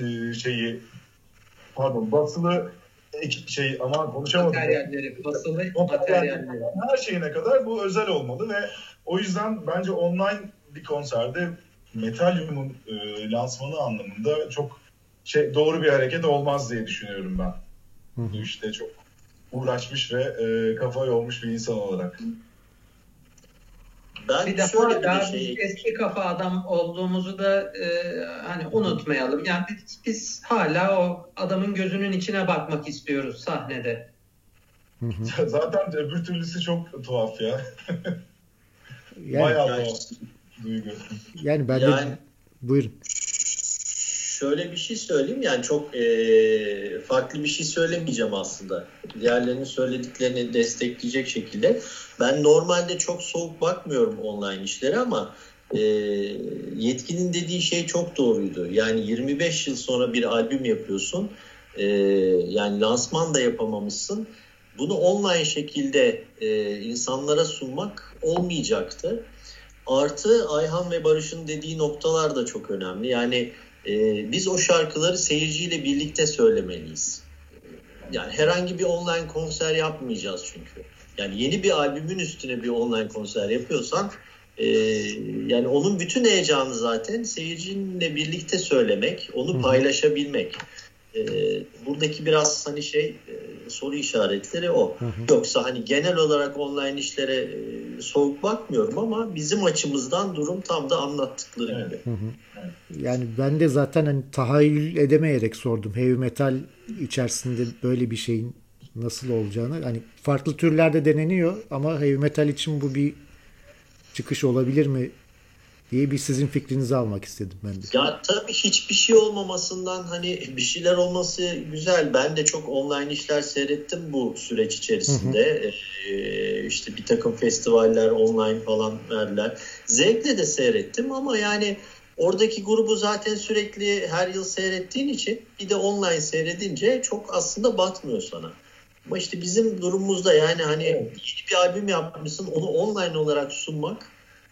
basılı konuşamadım. Basılı materyalleri. Her şeyine kadar bu özel olmalı ve o yüzden bence online bir konserde Metalium'un lansmanı anlamında çok doğru bir hareket olmaz diye düşünüyorum ben. Bu işte çok uğraşmış ve kafa yormuş bir insan olarak. Ben bir defa daha eski kafa adam olduğumuzu da hani unutmayalım. Yani biz hala o adamın gözünün içine bakmak istiyoruz sahnede. Zaten öbür türlüsü çok tuhaf ya. Yani, bayağı tuhaf duygu. Yani ben de buyurun. şöyle bir şey söyleyeyim, yani çok farklı bir şey söylemeyeceğim aslında. Diğerlerinin söylediklerini destekleyecek şekilde. Ben normalde çok soğuk bakmıyorum online işlere ama Yetkinin dediği şey çok doğruydu. Yani 25 yıl sonra bir albüm yapıyorsun. Yani lansman da yapamamışsın. Bunu online şekilde insanlara sunmak olmayacaktı. Artı Ayhan ve Barış'ın dediği noktalar da çok önemli. Yani biz o şarkıları seyirciyle birlikte söylemeliyiz. Yani herhangi bir online konser yapmayacağız çünkü. Yani yeni bir albümün üstüne bir online konser yapıyorsan yani onun bütün heyecanı zaten seyircinle birlikte söylemek, onu paylaşabilmek. Buradaki biraz hani soru işaretleri o. Yoksa hani genel olarak online işlere soğuk bakmıyorum ama bizim açımızdan durum tam da anlattıkları gibi. Yani ben de zaten hani tahayyül edemeyerek sordum. Heavy metal içerisinde böyle bir şeyin nasıl olacağını. Hani farklı türlerde deneniyor ama heavy metal için bu bir çıkış olabilir mi diye bir sizin fikrinizi almak istedim ben de. Ya tabii hiçbir şey olmamasından hani bir şeyler olması güzel. Ben de çok online işler seyrettim bu süreç içerisinde. İşte bir takım festivaller online falan verdiler. Zevkle de seyrettim ama yani oradaki grubu zaten sürekli her yıl seyrettiğin için bir de online seyredince çok aslında batmıyor sana. Ama işte bizim durumumuzda yani hani yeni bir albüm yapmışsın, onu online olarak sunmak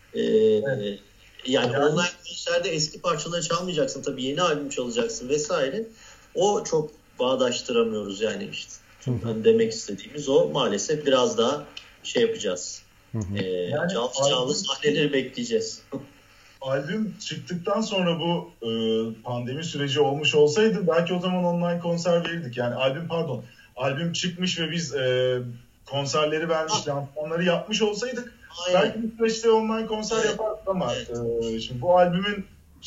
yani online konserde eski parçaları çalmayacaksın tabii, yeni albüm çalacaksın vesaire. O çok bağdaştıramıyoruz yani işte. Yani demek istediğimiz o, maalesef biraz daha yapacağız. Canlı sahneleri bekleyeceğiz. Albüm çıktıktan sonra bu pandemi süreci olmuş olsaydı belki o zaman online konser verirdik. Yani albüm çıkmış ve biz konserleri vermiş, lansmanları yapmış olsaydık belki bir süreçte online konser yapardık ama şimdi bu albümün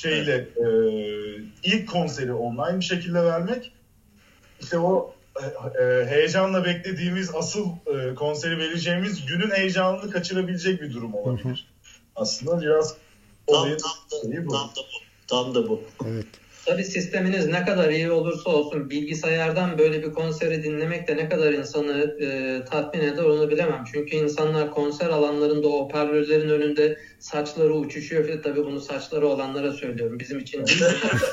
ilk konseri online bir şekilde vermek, işte o heyecanla beklediğimiz asıl konseri vereceğimiz günün heyecanını kaçırabilecek bir durum olabilir. Aslında biraz tam da bu. Evet. Tabii sisteminiz ne kadar iyi olursa olsun bilgisayardan böyle bir konseri dinlemek de ne kadar insanı tatmin eder onu bilemem. Çünkü insanlar konser alanlarında o hoparlörlerin önünde saçları uçuşuyor. Tabii bunu saçları olanlara söylüyorum. Bizim için değil.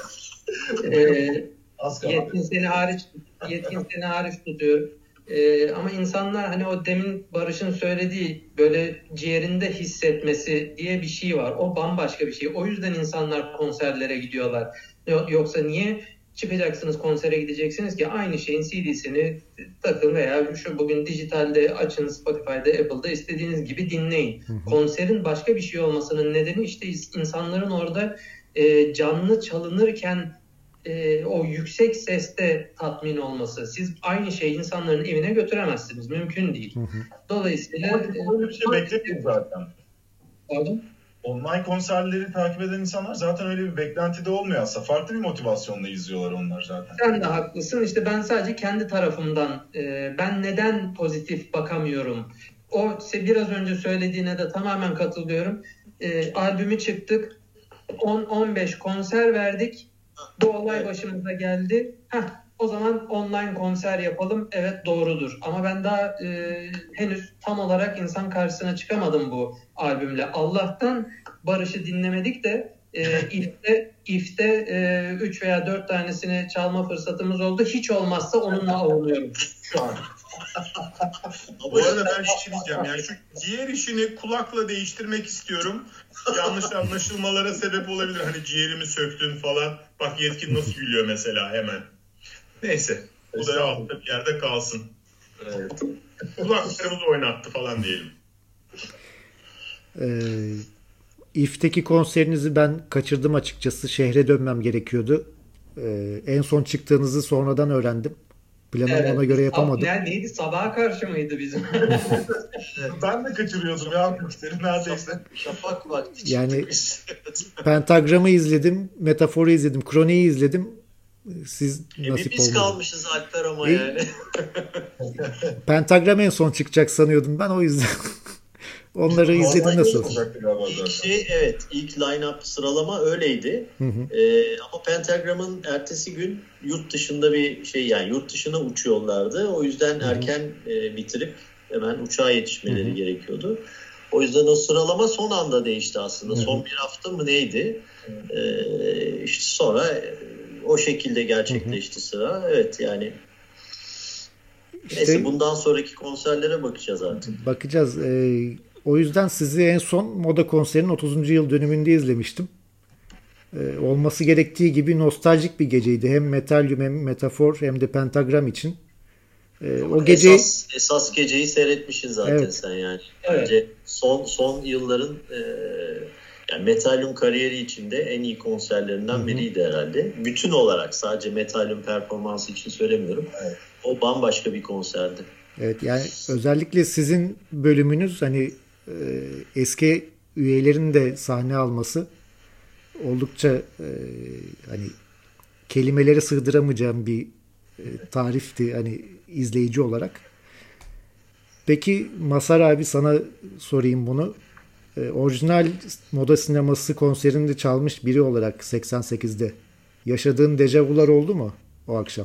Yetkin seni hariç tutuyor. Ama insanlar hani o demin Barış'ın söylediği böyle ciğerinde hissetmesi diye bir şey var. O bambaşka bir şey. O yüzden insanlar konserlere gidiyorlar. Yoksa niye çıkacaksınız konsere gideceksiniz ki aynı şeyin CD'sini takın veya şu bugün dijitalde açın, Spotify'da, Apple'da istediğiniz gibi dinleyin. Konserin başka bir şey olmasının nedeni işte insanların orada canlı çalınırken o yüksek seste tatmin olması. Siz aynı şeyi insanların evine götüremezsiniz. Mümkün değil. Dolayısıyla öyle bir şey beklemiyoruz zaten. Pardon? Online konserleri takip eden insanlar zaten öyle bir beklentide olmuyor aslında. Farklı bir motivasyonla izliyorlar onlar zaten. Sen de haklısın. İşte ben sadece kendi tarafımdan ben neden pozitif bakamıyorum? O biraz önce söylediğine de tamamen katılıyorum. Albümü çıktık. 10-15 konser verdik. Bu olay başımıza geldi. O zaman online konser yapalım. Evet, doğrudur. Ama ben daha henüz tam olarak insan karşısına çıkamadım bu albümle. Allah'tan Barış'ı dinlemedik de İF'te 3 veya 4 tanesini çalma fırsatımız oldu. Hiç olmazsa onunla avunuyorum şu an. Bu arada ben şey diyeceğim, yani şu ciğer işini kulakla değiştirmek istiyorum. Yanlış anlaşılmalara sebep olabilir. Hani ciğerimi söktün falan. Bak Yetkin nasıl gülüyor mesela hemen. Neyse. Bu da altta bir yerde kalsın. Evet. Kulaklarımızı oynattı falan diyelim. İF'teki konserinizi ben kaçırdım açıkçası. Şehre dönmem gerekiyordu. En son çıktığınızı sonradan öğrendim. Planımı ona göre yapamadım. Neydi? Sabaha karşı mıydı bizim? Ben de kaçırıyordum ya konserleri neredeyse. Şafak vakti. Yani Pentagram'ı izledim, Metafor'u izledim, Kroni'yi izledim. Siz nasip biz olmadı. Kalmışız Alper ama yani. Pentagram en son çıkacak sanıyordum ben, o yüzden Onları izledin nasıl? İlk line-up sıralama öyleydi. Ama Pentagram'ın ertesi gün yurt dışında yani yurt dışına uçuyorlardı. O yüzden erken bitirip hemen uçağa yetişmeleri gerekiyordu. O yüzden o sıralama son anda değişti aslında. Son bir hafta mı neydi? İşte sonra o şekilde gerçekleşti sıra. Evet yani. Neyse bundan sonraki konserlere bakacağız artık. Bakacağız. O yüzden sizi en son Moda konserinin 30. yıl dönümünde izlemiştim. Olması gerektiği gibi nostaljik bir geceydi. Hem Metalium hem Metafor hem de Pentagram için. O gece esas geceyi seyretmişsin zaten sen yani. Bence son yılların yani Metalium kariyeri içinde en iyi konserlerinden biriydi herhalde. Bütün olarak sadece Metalium performansı için söylemiyorum. Evet. O bambaşka bir konserdi. Evet yani özellikle sizin bölümünüz hani eski üyelerin de sahne alması oldukça hani kelimeleri sığdıramayacağım bir tarifti hani izleyici olarak. Peki Mazhar abi sana sorayım bunu. Orijinal Moda Sineması konserinde çalmış biri olarak 88'de yaşadığın dejavular oldu mu o akşam?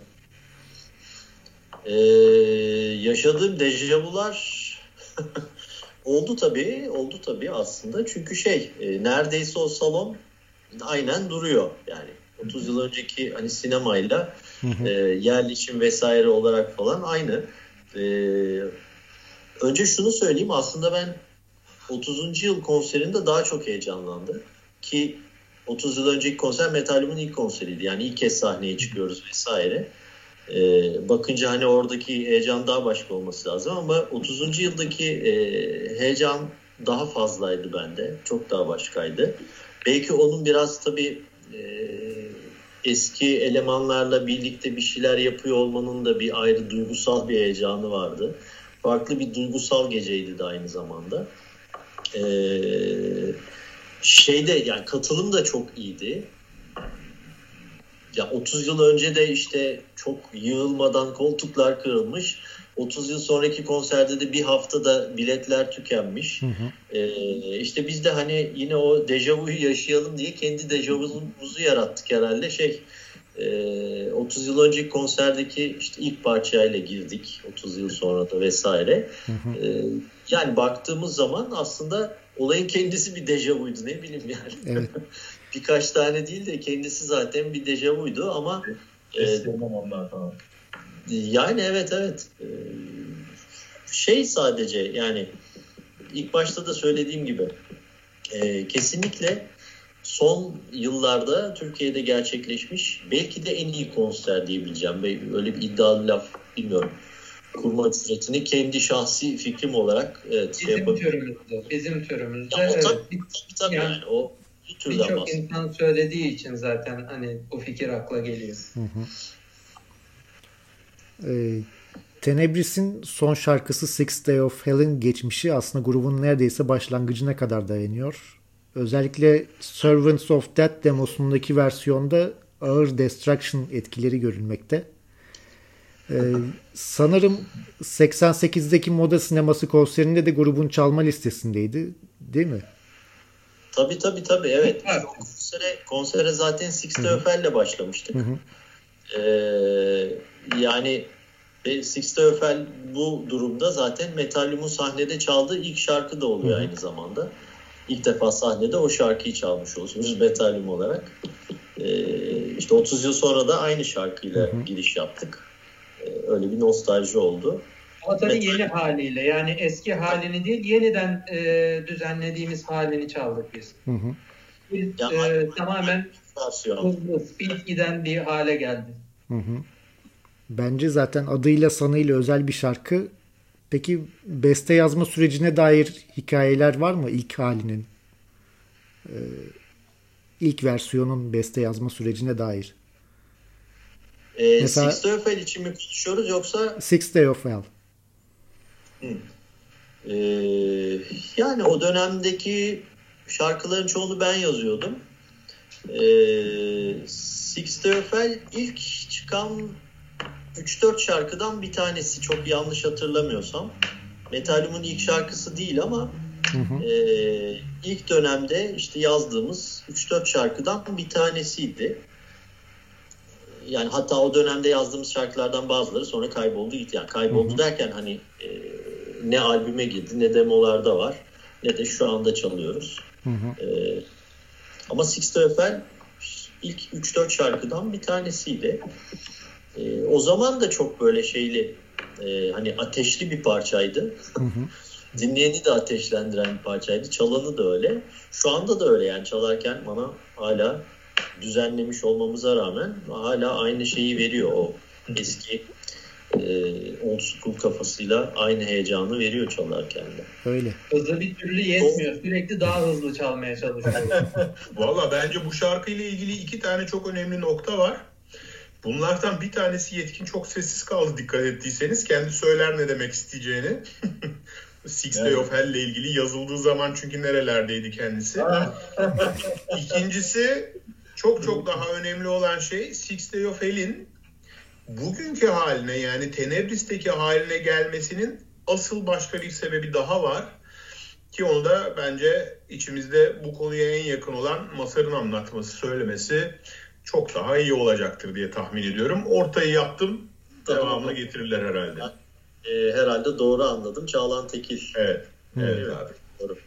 Yaşadığım dejavular oldu tabii aslında. Çünkü neredeyse o salon aynen duruyor yani. 30 yıl önceki hani sinemayla yerleşim vesaire olarak falan aynı. Önce şunu söyleyeyim, aslında ben 30. yıl konserinde daha çok heyecanlandım ki 30 yıl önceki konser Metalium'un ilk konseriydi. Yani ilk kez sahneye çıkıyoruz vesaire. Bakınca hani oradaki heyecan daha başka olması lazım ama 30. yıldaki heyecan daha fazlaydı bende. Çok daha başkaydı. Belki onun biraz tabii eski elemanlarla birlikte bir şeyler yapıyor olmanın da bir ayrı duygusal bir heyecanı vardı. Farklı bir duygusal geceydi de aynı zamanda. Yani katılım da çok iyiydi. Ya 30 yıl önce de işte çok yığılmadan koltuklar kırılmış. 30 yıl sonraki konserde de bir haftada biletler tükenmiş. İşte biz de hani yine o dejavuyu yaşayalım diye kendi dejavumuzu yarattık herhalde. 30 yıl önceki konserdeki işte ilk parçayla girdik 30 yıl sonra da vesaire. Yani baktığımız zaman aslında olayın kendisi bir dejavuydu, ne bileyim yani. Evet. Birkaç tane değil de kendisi zaten bir dejavuydu ama yani evet. Sadece yani ilk başta da söylediğim gibi kesinlikle son yıllarda Türkiye'de gerçekleşmiş belki de en iyi konser diyebileceğim. Öyle bir iddialı laf bilmiyorum. Kurma cüretini kendi şahsi fikrim olarak bizim türümüzde. Tabii yani o birçok insan söylediği için zaten hani bu fikir akla geliyor. Tenebris'in son şarkısı Sixth Day of Hell'in geçmişi aslında grubun neredeyse başlangıcına kadar dayanıyor. Özellikle Servants of Death demosundaki versiyonda ağır destruction etkileri görülmekte. Sanırım 88'deki Moda Sineması konserinde de grubun çalma listesindeydi, değil mi? Tabii evet. Konsere zaten Sixth Day of Hell'le başlamıştık. Yani Sixth Day of Hell bu durumda zaten Metalium'un sahnede çaldığı ilk şarkı da oluyor aynı zamanda. İlk defa sahnede o şarkıyı çalmış oluyoruz Metalium olarak. İşte 30 yıl sonra da aynı şarkıyla giriş yaptık. Öyle bir nostalji oldu. Ama tabii yeni haliyle, yani eski halini değil, yeniden düzenlediğimiz halini çaldık biz. Biz tamamen hızlı, speed giden bir hale geldi. Bence zaten adıyla sanıyla özel bir şarkı. Peki beste yazma sürecine dair hikayeler var mı ilk halinin? İlk versiyonun beste yazma sürecine dair. Mesela, Sixth Day of Hell için mi konuşuyoruz yoksa? Sixth Day of Hell. Yani o dönemdeki şarkıların çoğunu ben yazıyordum. Sixth Day of Hell ilk çıkan 3-4 şarkıdan bir tanesi, çok yanlış hatırlamıyorsam. Metalium'un ilk şarkısı değil ama İlk dönemde işte yazdığımız 3-4 şarkıdan bir tanesiydi. Yani hatta o dönemde yazdığımız şarkılardan bazıları sonra kayboldu gitti. Yani kayboldu derken hani ne albüme girdi ne demolarda var ne de şu anda çalıyoruz. Ama Six to Eiffel ilk 3-4 şarkıdan bir tanesiydi. O zaman da çok böyle şeyli hani ateşli bir parçaydı. Dinleyeni de ateşlendiren bir parçaydı. Çalanı da öyle. Şu anda da öyle yani çalarken bana hala düzenlemiş olmamıza rağmen hala aynı şeyi veriyor. O eski old school kafasıyla aynı heyecanı veriyor çalarken de. Öyle. Hızlı bir türlü yetmiyor. Sürekli daha hızlı çalmaya çalışıyor. Valla bence bu şarkıyla ilgili 2 tane çok önemli nokta var. Bunlardan bir tanesi Yetkin çok sessiz kaldı dikkat ettiyseniz. Kendi söyler ne demek isteyeceğini. Six Day of Hell ile ilgili yazıldığı zaman çünkü nerelerdeydi kendisi. İkincisi çok daha önemli olan şey Six Day of Hell'in bugünkü haline yani Tenebris'teki haline gelmesinin asıl başka bir sebebi daha var. Ki onu da bence içimizde bu konuya en yakın olan Masar'ın anlatması, söylemesi çok daha iyi olacaktır diye tahmin ediyorum. Ortayı yaptım, devamını getirirler herhalde. Herhalde doğru anladım. Çağlan Tekil. Evet abi. Doğru.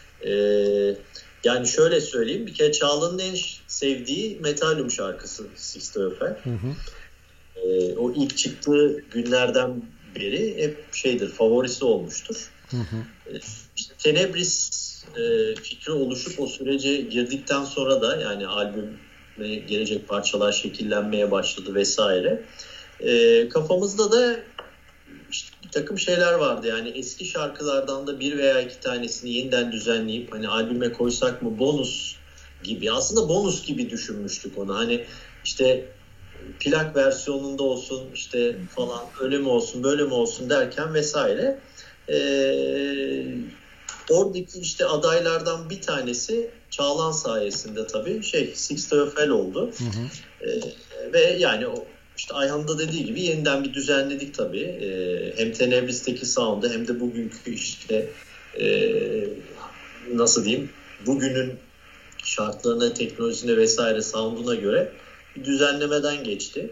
Yani şöyle söyleyeyim. Bir kere Çağlan'ın en sevdiği Metalium şarkısı Six to Eiffel. O ilk çıktığı günlerden beri hep favorisi olmuştur. İşte Tenebris fikri oluşup o sürece girdikten sonra da yani albüme gelecek parçalar şekillenmeye başladı vesaire. Kafamızda da işte bir takım şeyler vardı yani eski şarkılardan da 1 veya 2 tanesini yeniden düzenleyip hani albüme koysak mı bonus gibi aslında bonus gibi düşünmüştük onu hani işte plak versiyonunda olsun işte falan öyle mi olsun böyle mi olsun derken vesaire oradaki işte adaylardan bir tanesi Çağlan sayesinde tabii Six to Eiffel oldu. Ve yani o işte Ayhan'ın da dediği gibi yeniden bir düzenledik tabii. Hem Tenebris'teki sound'u hem de bugünkü işte nasıl diyeyim bugünün şartlarına, teknolojisine vesaire sound'una göre bir düzenlemeden geçti.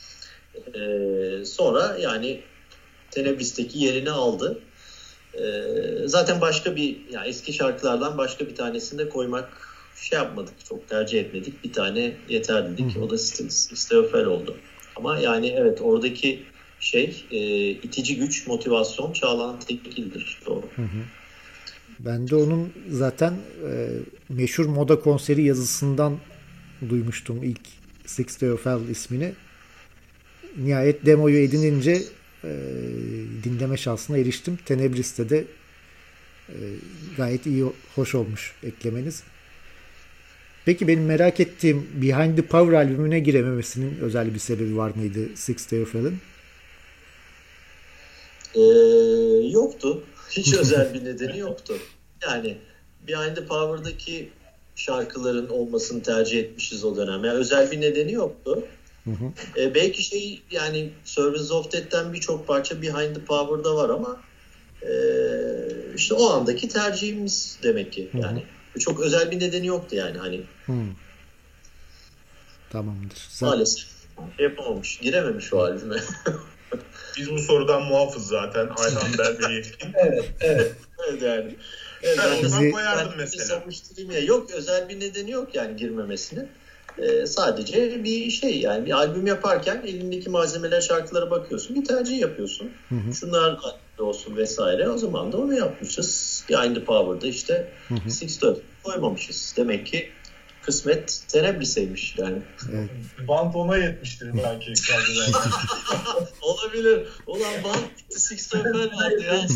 Sonra yani Tenebris'teki yerini aldı. Zaten başka bir yani eski şarkılardan başka bir tanesini de koymak yapmadık. Çok tercih etmedik. Bir tane yeter dedik. O da Six to Eiffel oldu. Ama yani evet oradaki itici güç, motivasyon Çağlan Tekil'dir. Doğru. Ben de onun zaten meşhur moda konseri yazısından duymuştum ilk Six to Eiffel ismini. Nihayet demoyu edinince dinleme şansına eriştim. Tenebris'te de gayet iyi, hoş olmuş eklemeniz. Peki benim merak ettiğim Behind the Power albümüne girememesinin özel bir sebebi var mıydı Six to Eiffel? Yoktu. Hiç özel bir nedeni yoktu. Yani Behind the Power'daki şarkıların olmasını tercih etmişiz o dönem. Yani özel bir nedeni yoktu. Belki yani Servants of Death'ten birçok parça Behind the Power'da var ama işte o andaki tercihimiz demek ki. Yani çok özel bir nedeni yoktu yani hani. Tamamdır. Maalesef yapamamış, girememiş o albüme. Biz bu sorudan muafız zaten. Ayhan ben ve Yetkin. Evet yani. Ben koyardım mesela. Yok özel bir nedeni yok yani girmemesinin. Sadece bir yani bir albüm yaparken elindeki malzemeler şarkılara bakıyorsun bir tercih yapıyorsun. Şunlar olsun vesaire o zaman da onu yapmışız. Behind the Power'da işte Six to koymamışız. Demek ki kısmet Tenebris'eymiş yani. Evet. Bant ona yetmiştir belki. Olabilir. Ulan bant bitti Six to vardı ya.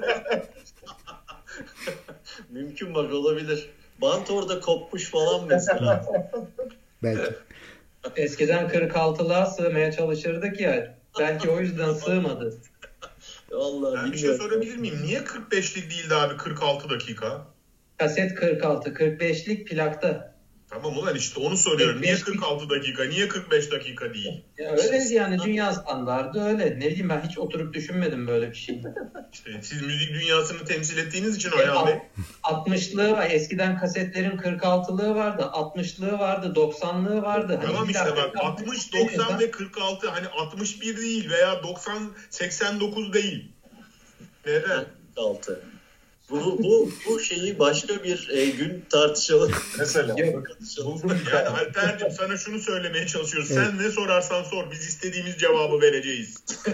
Mümkün bak olabilir. Bant orada kopmuş falan mesela. Belki. Eskiden 46'lığa sığmaya çalışırdık ya. Belki o yüzden sığmadı. Vallahi ben bir şey sorabilir miyim? Niye 45'lik değildi abi 46 dakika? Kaset 46, 45'lik plakta. Tamam ulan işte onu soruyorum. Niye 46 dakika? Niye 45 dakika değil? Ya öyle yani dünya standardı öyle. Ne bileyim ben hiç oturup düşünmedim böyle bir şey. İşte siz müzik dünyasını temsil ettiğiniz için Ayhan Bey. 60'lığı var. Eskiden kasetlerin 46'lığı vardı. 60'lığı vardı. 90'lığı vardı. Tamam hani işte bak 60, 90 ve 46 hani 61 değil veya 90, 89 değil. Neden? 46. Bu şeyi başka bir gün tartışalım. Mesela. Yani Alper'cim sana şunu söylemeye çalışıyoruz. Evet. Sen ne sorarsan sor. Biz istediğimiz cevabı vereceğiz.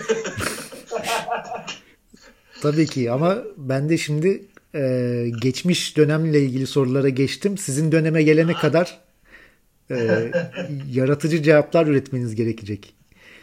Tabii ki ama ben de şimdi geçmiş dönemle ilgili sorulara geçtim. Sizin döneme gelene kadar yaratıcı cevaplar üretmeniz gerekecek.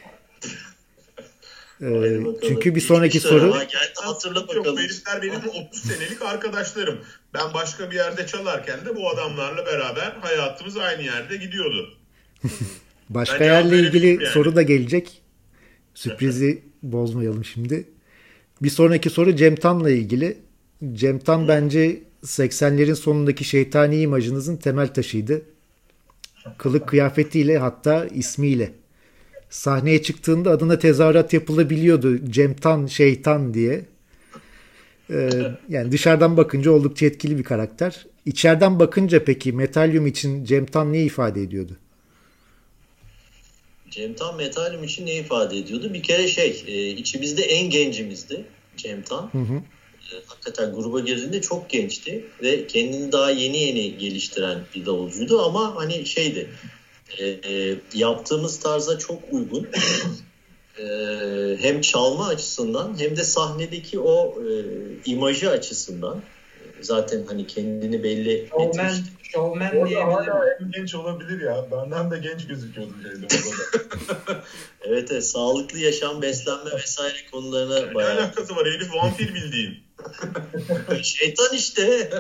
Çünkü bir sonraki soru hatırla bakalım. Herifler benim 30 senelik arkadaşlarım. Ben başka bir yerde çalarken de bu adamlarla beraber hayatımız aynı yerde gidiyordu. Başka yerle ilgili soru da gelecek. Sürprizi bozmayalım şimdi. Bir sonraki soru Cem Tan'la ilgili. Cem Tan bence 80'lerin sonundaki şeytani imajınızın temel taşıydı. Kılık kıyafetiyle hatta ismiyle. Sahneye çıktığında adına tezahürat yapılabiliyordu. Cem Tan, şeytan diye. Yani dışarıdan bakınca oldukça etkili bir karakter. İçeriden bakınca peki Metalium için Cem Tan ne ifade ediyordu? Cem Tan Metalium için ne ifade ediyordu? Bir kere içimizde en gencimizdi Cem Tan. Hakikaten gruba girdiğinde çok gençti ve kendini daha yeni geliştiren bir davulcuydu ama hani yaptığımız tarza çok uygun. Hem çalma açısından hem de sahnedeki o imajı açısından zaten hani kendini belli etmişti. Showman hala en genç olabilir ya. Benden de genç gözüküyordu orada. Evet, sağlıklı yaşam, beslenme vesaire konularına bayağı. Ne alakası var? Herif vampir bildiğin. Şeytan işte.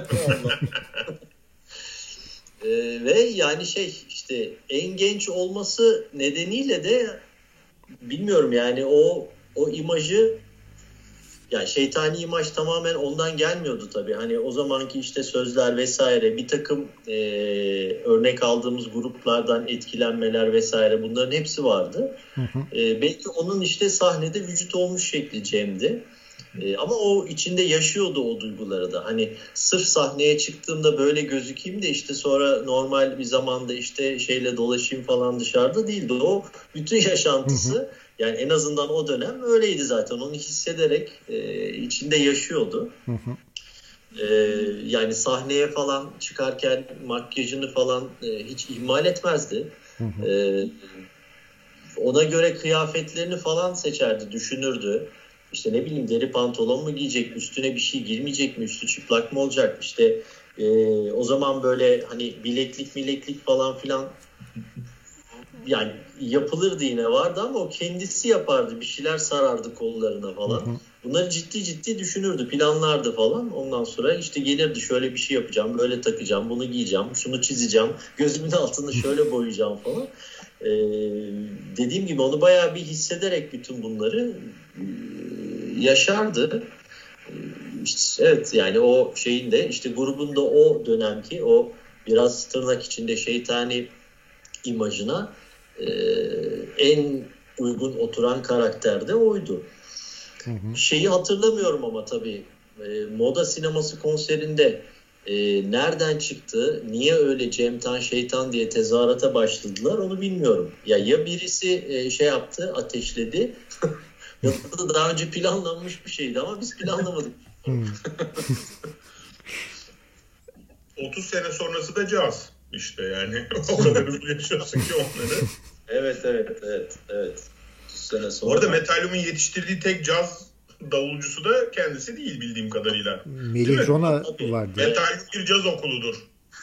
Ve yani işte en genç olması nedeniyle de bilmiyorum yani o imajı, yani şeytani imaj tamamen ondan gelmiyordu tabii. Hani o zamanki işte sözler vesaire, bir takım örnek aldığımız gruplardan etkilenmeler vesaire, bunların hepsi vardı. Belki onun işte sahnede vücut olmuş şekli Cem'di. Ama o içinde yaşıyordu o duyguları da. Hani sırf sahneye çıktığımda böyle gözükeyim de işte sonra normal bir zamanda işte şeyle dolaşayım falan dışarıda değildi. O bütün yaşantısı yani en azından o dönem öyleydi zaten. Onu hissederek içinde yaşıyordu. Yani sahneye falan çıkarken makyajını falan hiç ihmal etmezdi. Ona göre kıyafetlerini falan seçerdi, düşünürdü. İşte ne bileyim, deri pantolon mu giyecek, üstüne bir şey girmeyecek mi, üstü çıplak mı olacak, işte o zaman böyle hani bileklik falan filan yani yapılırdı, yine vardı ama o kendisi yapardı, bir şeyler sarardı kollarına falan. Bunları ciddi düşünürdü, planlardı falan. Ondan sonra işte gelirdi, şöyle bir şey yapacağım, böyle takacağım, bunu giyeceğim, şunu çizeceğim, gözümün altını şöyle boyayacağım falan. Dediğim gibi onu bayağı bir hissederek bütün bunları yaşardı. İşte, evet yani o şeyin de işte grubunda o dönemki o biraz tırnak içinde şeytani imajına en uygun oturan karakter de oydu. Şeyi hatırlamıyorum ama tabii Moda Sineması konserinde nereden çıktı, niye öyle Cem Tan şeytan diye tezahürata başladılar onu bilmiyorum. Ya birisi şey yaptı, ateşledi ya da daha önce planlanmış bir şeydi ama biz planlamadık. 30 sene sonrası da caz işte yani. O kadar hızlı yaşıyorsun ki onları. Evet. 30 sene sonra. Orada Metalium'un yetiştirdiği tek caz davulcusu da kendisi değil bildiğim kadarıyla. Melih Jona vardı. Metalium bir caz okuludur.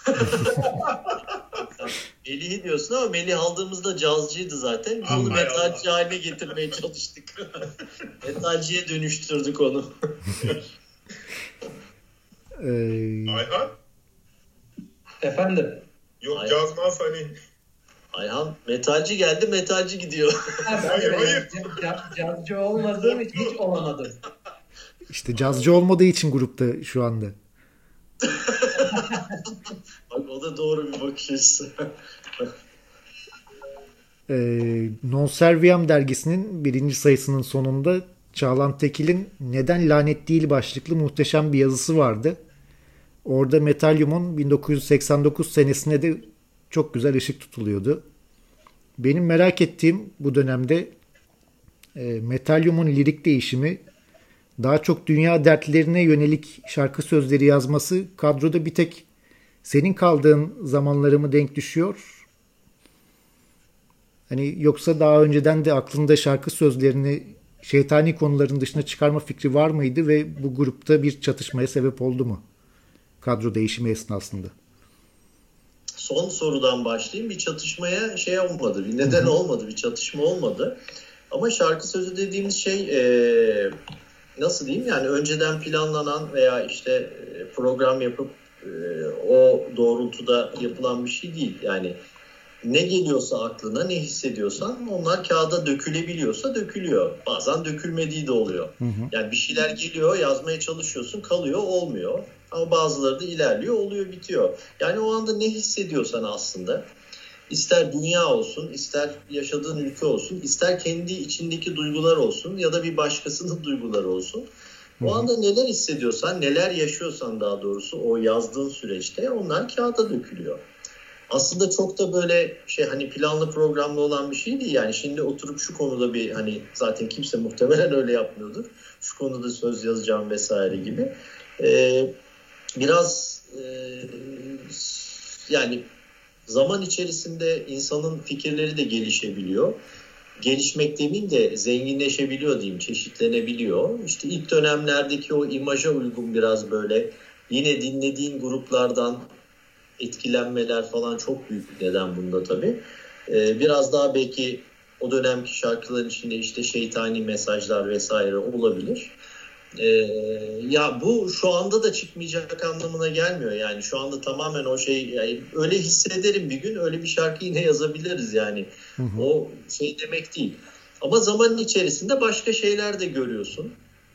Melih'i diyorsun ama Melih aldığımızda cazcıydı zaten. Biz onu metalci haline getirmeye çalıştık. Metalciye dönüştürdük onu. Ayhan? Efendim? Yok cazmaz hani. Ayhan metalci geldi, metalci gidiyor. Hayır. Cazcı olmadığım için hiç olamadım. İşte cazcı olmadığı için grupta şu anda. Bak o da doğru bir bakış açısı. Non Serviam dergisinin 1. sayısının sonunda Çağlan Tekil'in "Neden Lanet Değil" başlıklı muhteşem bir yazısı vardı. Orada Metalium'un 1989 senesine de çok güzel ışık tutuluyordu. Benim merak ettiğim bu dönemde Metalium'un lirik değişimi, daha çok dünya dertlerine yönelik şarkı sözleri yazması kadroda bir tek senin kaldığın zamanlara mı denk düşüyor? Hani yoksa daha önceden de aklında şarkı sözlerini şeytani konuların dışına çıkarma fikri var mıydı ve bu grupta bir çatışmaya sebep oldu mu? Kadro değişimi esnasında. Son sorudan başlayayım. Bir çatışmaya şey olmadı. Bir neden olmadı. Bir çatışma olmadı. Ama şarkı sözü dediğimiz şey nasıl diyeyim? Yani önceden planlanan veya işte program yapıp o doğrultuda yapılan bir şey değil. Yani ne geliyorsa aklına, ne hissediyorsan onlar kağıda dökülebiliyorsa dökülüyor. Bazen dökülmediği de oluyor. Yani bir şeyler geliyor, yazmaya çalışıyorsun, kalıyor, olmuyor. Ama bazıları da ilerliyor, oluyor, bitiyor. Yani o anda ne hissediyorsan aslında, ister dünya olsun, ister yaşadığın ülke olsun, ister kendi içindeki duygular olsun ya da bir başkasının duyguları olsun. O anda neler hissediyorsan, neler yaşıyorsan daha doğrusu o yazdığın süreçte onlar kağıda dökülüyor. Aslında çok da böyle hani planlı programlı olan bir şey değil. Yani şimdi oturup şu konuda bir hani zaten kimse muhtemelen öyle yapmıyordur. Şu konuda söz yazacağım vesaire gibi. Biraz yani zaman içerisinde insanın fikirleri de gelişebiliyor. Gelişmek demeyeyim de zenginleşebiliyor diyeyim, çeşitlenebiliyor. İşte ilk dönemlerdeki o imaja uygun biraz böyle yine dinlediğin gruplardan etkilenmeler falan çok büyük bir neden bunda tabii. Biraz daha belki o dönemki şarkıların içinde işte şeytani mesajlar vesaire olabilir. Ya bu şu anda da çıkmayacak anlamına gelmiyor. Yani şu anda tamamen o yani öyle hissederim bir gün öyle bir şarkı yine yazabiliriz yani. O şey demek değil. Ama zamanın içerisinde başka şeyler de görüyorsun.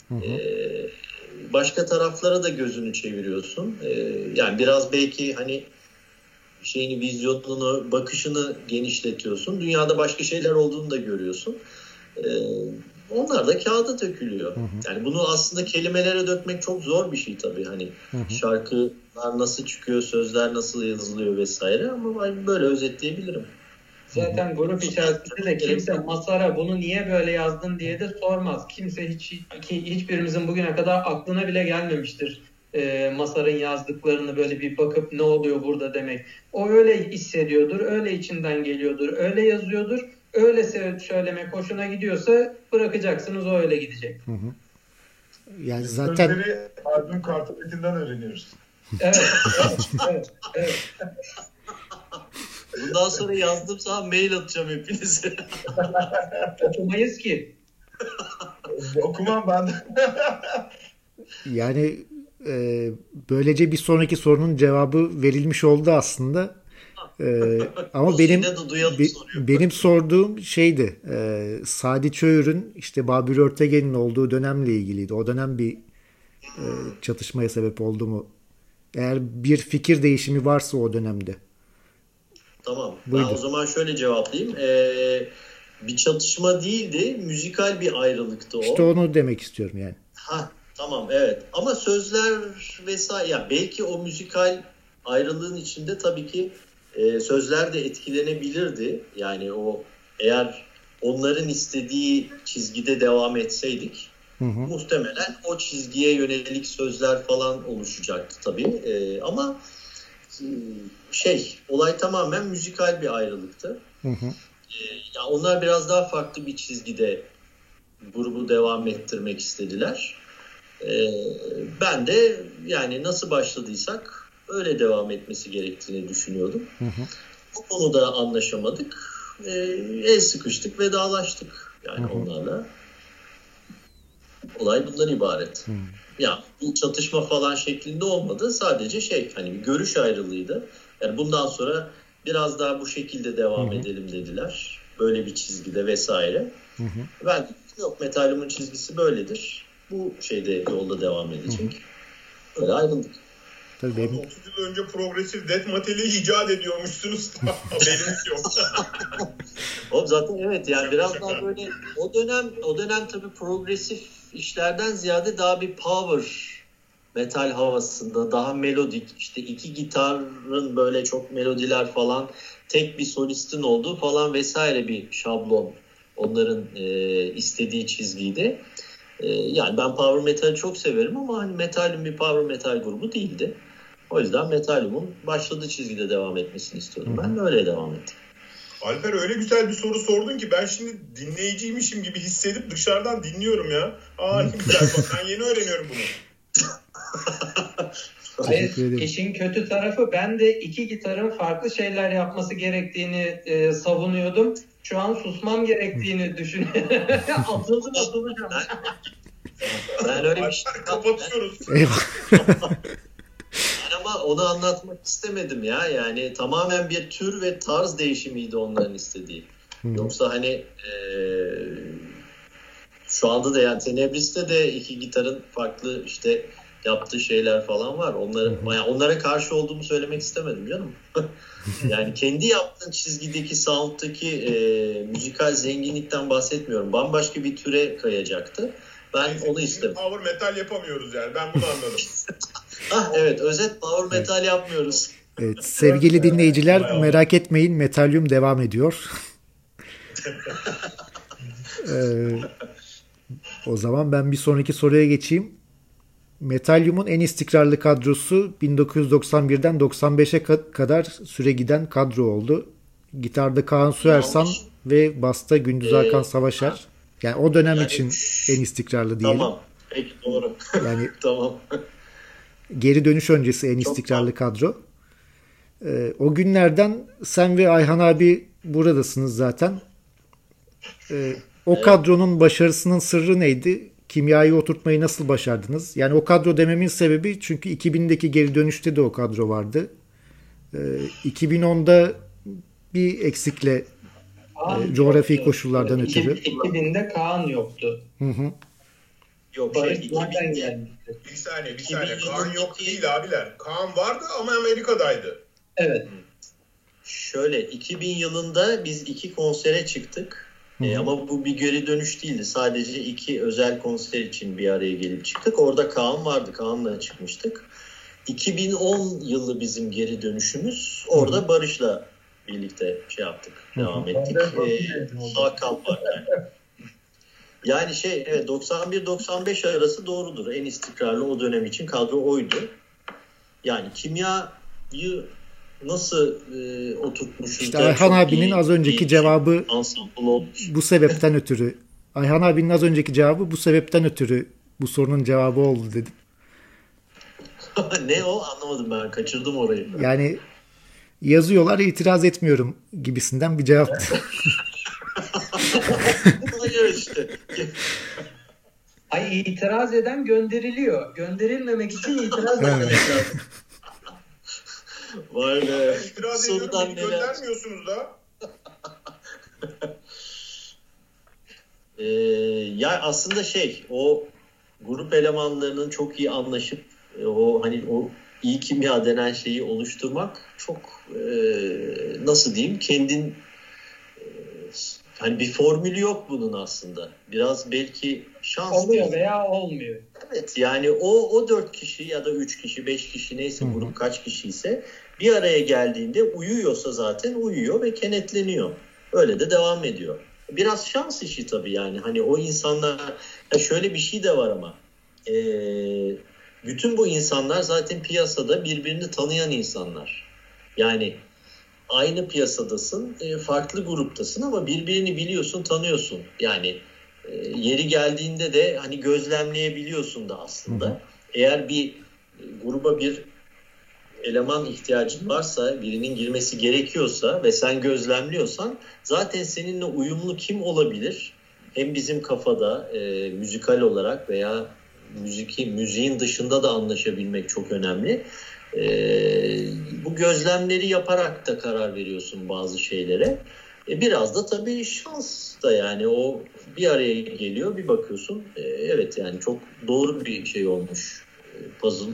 Başka taraflara da gözünü çeviriyorsun. Yani biraz belki hani vizyonunu, bakışını genişletiyorsun. Dünyada başka şeyler olduğunu da görüyorsun. Onlar da kağıda dökülüyor. Yani bunu aslında kelimelere dökmek çok zor bir şey tabii. Hani şarkılar nasıl çıkıyor, sözler nasıl yazılıyor vesaire ama böyle özetleyebilirim. Zaten grup içerisinde de kimse Mazhar'a bunu niye böyle yazdın diye de sormaz. Kimse hiçbirimizin bugüne kadar aklına bile gelmemiştir. Mazhar'ın yazdıklarını böyle bir bakıp ne oluyor burada demek. O öyle hissediyordur, öyle içinden geliyordur, öyle yazıyordur. Öyle söylemek hoşuna gidiyorsa bırakacaksınız, o öyle gidecek. Yani zaten sözleri albüm kartındakinden öğreniyoruz. Evet. Bundan sonra yazdığım zaman mail atacağım hepinize. Okumayız ki. Okumam ben de. Yani böylece bir sonraki sorunun cevabı verilmiş oldu aslında. Ama benim sorduğum şeydi. Sadi Çöğür'ün işte Babür Örtegen'in olduğu dönemle ilgiliydi. O dönem bir çatışmaya sebep oldu mu? Eğer bir fikir değişimi varsa o dönemde. Tamam. Buyurun. Ben o zaman şöyle cevaplayayım. Bir çatışma değildi. Müzikal bir ayrılıktı o. İşte onu demek istiyorum yani. Tamam evet. Ama sözler vesaire ya belki o müzikal ayrılığın içinde tabii ki sözler de etkilenebilirdi. Yani o eğer onların istediği çizgide devam etseydik muhtemelen o çizgiye yönelik sözler falan oluşacaktı tabii. Ama olay tamamen müzikal bir ayrılıktı. Ya onlar biraz daha farklı bir çizgide grubu devam ettirmek istediler. Ben de yani nasıl başladıysak öyle devam etmesi gerektiğini düşünüyordum. Bu konuda anlaşamadık. El sıkıştık, vedalaştık yani onlarla. Olay bundan ibaret. Ya bu çatışma falan şeklinde olmadı. Sadece hani bir görüş ayrılığıydı. Yani bundan sonra biraz daha bu şekilde devam edelim dediler. Böyle bir çizgide vesaire. Ben yok, Metalium'un çizgisi böyledir. Bu yolda devam edecek. Öyle ayrıldık. Tabii benim... 30 yıl önce progresif death metal'i icat ediyormuşsunuz. Haberiniz yok. O zaten evet yani biraz daha böyle o dönem tabii progresif işlerden ziyade daha bir power metal havasında, daha melodik, işte iki gitarın böyle çok melodiler falan, tek bir solistin olduğu falan vesaire bir şablon onların istediği çizgiydi. Yani ben power metal'i çok severim ama hani Metalium bir power metal grubu değildi. O yüzden Metalium'un başladığı çizgide devam etmesini istiyordum. Ben de öyle devam ettim. Alper öyle güzel bir soru sordun ki ben şimdi dinleyiciymişim gibi hissedip dışarıdan dinliyorum ya. Ne güzel bak, ben yeni öğreniyorum bunu. Hayır, işin kötü tarafı ben de iki gitarın farklı şeyler yapması gerektiğini savunuyordum. Şu an susmam gerektiğini düşünüyorum. Atılacağım. Ben öyle bir şey kapatıyoruz. Ama onu anlatmak istemedim ya. Yani tamamen bir tür ve tarz değişimiydi onların istediği. Yoksa hani şu anda da yani Tenebris'te de iki gitarın farklı işte yaptığı şeyler falan var. Onlara karşı olduğumu söylemek istemedim canım. Yani kendi yaptığın çizgideki, sound'daki müzikal zenginlikten bahsetmiyorum. Bambaşka bir türe kayacaktı. Ben onu istedim. Power metal yapamıyoruz yani. Ben bunu anladım. Evet, özet power metal yapmıyoruz. Evet, sevgili dinleyiciler merak etmeyin, Metalium devam ediyor. O zaman ben bir sonraki soruya geçeyim. Metalium'un en istikrarlı kadrosu 1991'den 95'e kadar süre giden kadro oldu. Gitarda Kaan Suersan ve basta Gündüz Hakan Savaşar. Yani o dönem için en istikrarlı diyelim. Tamam. Peki doğru. Yani tamam. Geri dönüş öncesi en istikrarlı kadro. O günlerden sen ve Ayhan abi buradasınız zaten. O kadronun başarısının sırrı neydi? Kimyayı oturtmayı nasıl başardınız? Yani o kadro dememin sebebi çünkü 2000'deki geri dönüşte de o kadro vardı. 2010'da bir eksikle coğrafi koşullardan ötürü. 2000'de Kaan yoktu. Yok nereden gelmişti? Bir saniye. Kaan yok değil abiler. Kaan vardı ama Amerika'daydı. Evet. Şöyle 2000 yılında biz 2 konsere çıktık. Ama bu bir geri dönüş değildi. Sadece 2 özel konser için bir araya gelip çıktık. Orada Kaan vardı. Kaan'la çıkmıştık. 2010 yılı bizim geri dönüşümüz. Orada Barış'la birlikte yaptık. Devam ettik. Hakan var yani. Yani 91-95 arası doğrudur. En istikrarlı o dönem için kadro oydu. Yani kimyayı nasıl oturtmuşuz? İşte Ayhan abinin az önceki cevabı bu sebepten ötürü. Ayhan abinin az önceki cevabı bu sebepten ötürü bu sorunun cevabı oldu dedim. Ne o? Anlamadım ben. Kaçırdım orayı. Yani yazıyorlar itiraz etmiyorum gibisinden bir cevaptı. Hayır işte. Ay itiraz eden gönderiliyor. Gönderilmemek için itiraz etmek lazım. Vay be. İtiraz ediyorum, göndermiyorsunuz da. Ya aslında o grup elemanlarının çok iyi anlaşıp o iyi kimya denen şeyi oluşturmak çok nasıl diyeyim kendin hani bir formülü yok bunun aslında. Biraz belki şans oluyor veya olmuyor. Evet yani o 4 kişi ya da 3 kişi 5 kişi neyse grup kaç kişiyse bir araya geldiğinde uyuyorsa zaten uyuyor ve kenetleniyor. Öyle de devam ediyor. Biraz şans işi tabii yani. Hani o insanlar şöyle bir şey de var ama bütün bu insanlar zaten piyasada birbirini tanıyan insanlar. Yani aynı piyasadasın, farklı gruptasın ama birbirini biliyorsun, tanıyorsun. Yani yeri geldiğinde de hani gözlemleyebiliyorsun da aslında. Eğer bir gruba bir eleman ihtiyacın varsa, birinin girmesi gerekiyorsa ve sen gözlemliyorsan zaten seninle uyumlu kim olabilir? Hem bizim kafada müzikal olarak veya müziğin dışında da anlaşabilmek çok önemli. Bu gözlemleri yaparak da karar veriyorsun bazı şeylere. Biraz da tabii şans da yani o bir araya geliyor bir bakıyorsun. Evet yani çok doğru bir şey olmuş puzzle.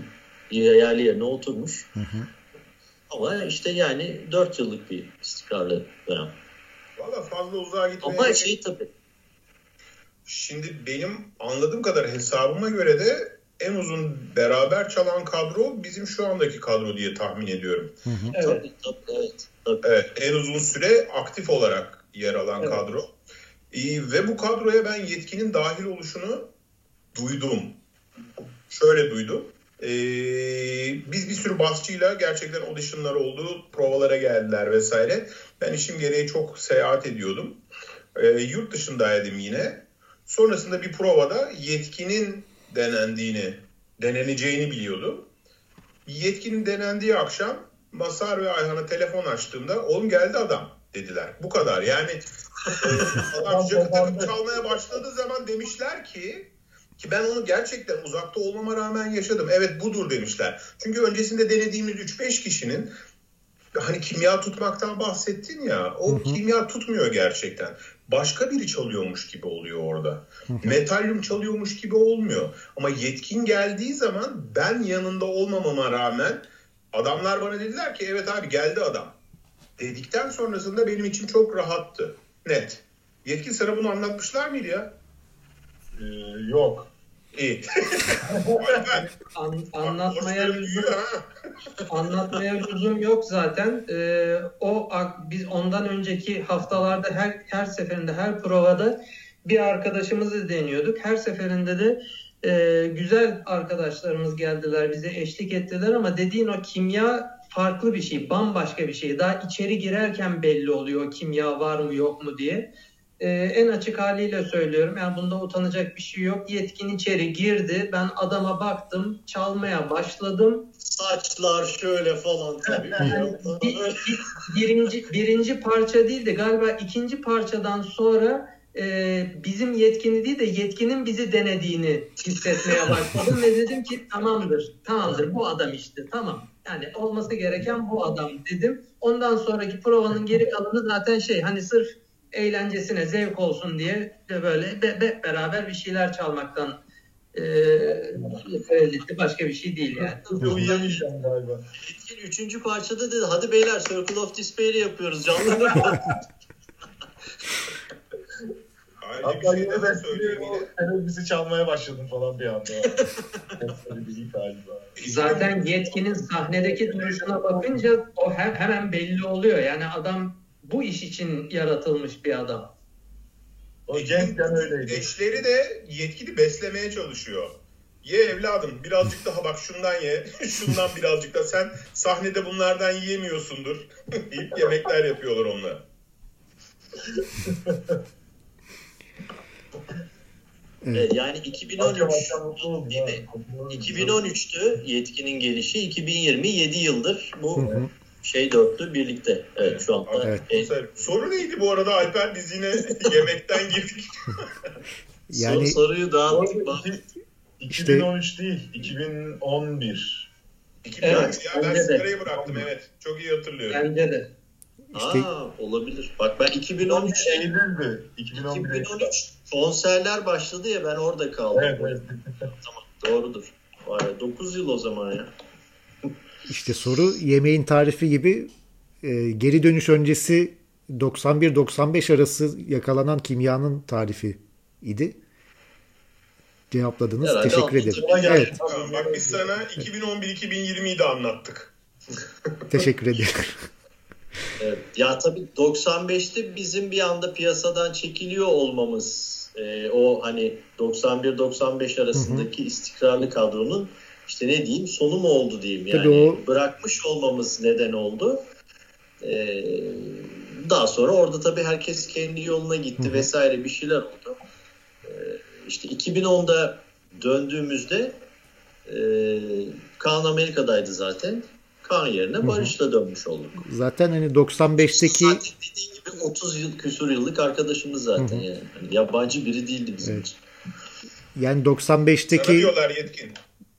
yerli yerine oturmuş. Ama işte yani 4 yıllık bir istikrarlı dönem. Valla fazla uzağa gitmeye... Ama tabii. Şimdi benim anladığım kadar hesabıma göre de en uzun beraber çalan kadro bizim şu andaki kadro diye tahmin ediyorum. Evet. Tabii. Evet, en uzun süre aktif olarak yer alan kadro. Ve bu kadroya ben yetkinin dahil oluşunu duydum. Şöyle duydum. Biz bir sürü basçıyla gerçekten auditionlar oldu, provalara geldiler vesaire. Ben işim gereği çok seyahat ediyordum. Yurt dışındaydım yine. Sonrasında bir provada yetkinin deneneceğini biliyordum. Yetkinin denendiği akşam Masar ve Ayhan'a telefon açtığımda oğlum geldi adam dediler. Bu kadar. Yani adam cıkı takıp çalmaya başladığı zaman demişler ki ben onu gerçekten uzakta olmama rağmen yaşadım. Evet budur demişler. Çünkü öncesinde denediğimiz 3-5 kişinin hani kimya tutmaktan bahsettin ya, o kimya tutmuyor gerçekten. Başka biri çalıyormuş gibi oluyor orada. Metalyum çalıyormuş gibi olmuyor. Ama yetkin geldiği zaman ben yanında olmamama rağmen adamlar bana dediler ki evet abi geldi adam. Dedikten sonrasında benim için çok rahattı. Net. Yetkin sana bunu anlatmışlar mıydı ya? Yok. İyi. Anlatmaya lüzum yok zaten. Biz ondan önceki haftalarda her seferinde her provada bir arkadaşımızı deniyorduk. Her seferinde de güzel arkadaşlarımız geldiler, bize eşlik ettiler ama dediğin o kimya farklı bir şey, bambaşka bir şey. Daha içeri girerken belli oluyor kimya var mı yok mu diye. En açık haliyle söylüyorum. Yani bunda utanacak bir şey yok. Yetkin içeri girdi. Ben adama baktım. Çalmaya başladım. Saçlar şöyle falan tabii. Yani birinci parça değil de galiba ikinci parçadan sonra bizim yetkini değil de yetkinin bizi denediğini hissetmeye başladım. Ve dedim ki tamamdır bu adam işte tamam. Yani olması gereken bu adam dedim. Ondan sonraki provanın geri kalanı zaten hani sırf eğlencesine zevk olsun diye de böyle beraber bir şeyler çalmaktan başka bir şey değil yani. Uyuyamayacağım galiba. Üçüncü parçada dedi hadi beyler Circle of Despair'i yapıyoruz canlı. Hatta yine ben söyleyeyim bizi çalmaya başladım falan bir anda. Zaten yetkinin sahnedeki duruşuna bakınca o hemen belli oluyor. Yani adam bu iş için yaratılmış bir adam. O gençken öyleydi. Eşleri de yetkili beslemeye çalışıyor. Ye evladım birazcık daha bak şundan ye. Şundan birazcık da sen sahnede bunlardan yiyemiyorsundur. deyip yemekler yapıyorlar onunla. Evet. Yani 2013'tü yetkinin gelişi, 2020 7 yıldır bu dörtlü birlikte. Evet şu anda. Evet. Soru neydi bu arada Alper? Biz yine yemekten girdik. Yani soruyu dağıttık. 2013 değil, 2011. 2013 ya ben sigarayı bıraktım evet. Çok iyi hatırlıyorum. Bence de. Olabilir. Bak ben 2013 konserler başladı ya ben orada kaldım. Evet. Tamam doğrudur. 9 yıl o zaman ya. İşte soru yemeğin tarifi gibi geri dönüş öncesi 91-95 arası yakalanan kimyanın tarifi idi. Cevapladınız. Herhalde teşekkür ederim. Evet. Tamam, bak biz sana 2011-2020'yi de anlattık. Teşekkür ederim. Evet. Ya tabii 95'te bizim bir anda piyasadan çekiliyor olmamız o hani 91-95 arasındaki istikrarlı kadronun işte ne diyeyim sonu mu oldu diyeyim yani bırakmış olmamız neden oldu. Daha sonra orada tabii herkes kendi yoluna gitti vesaire bir şeyler oldu. İşte 2010'da döndüğümüzde Kaan Amerika'daydı zaten. Kaan yerine Barış'la dönmüş olduk. Zaten hani 95'teki zaten dediğin gibi 30 küsur yıllık arkadaşımız zaten yani. Hani yabancı biri değildi bizim için. Yani 95'teki sana diyorlar yetkin.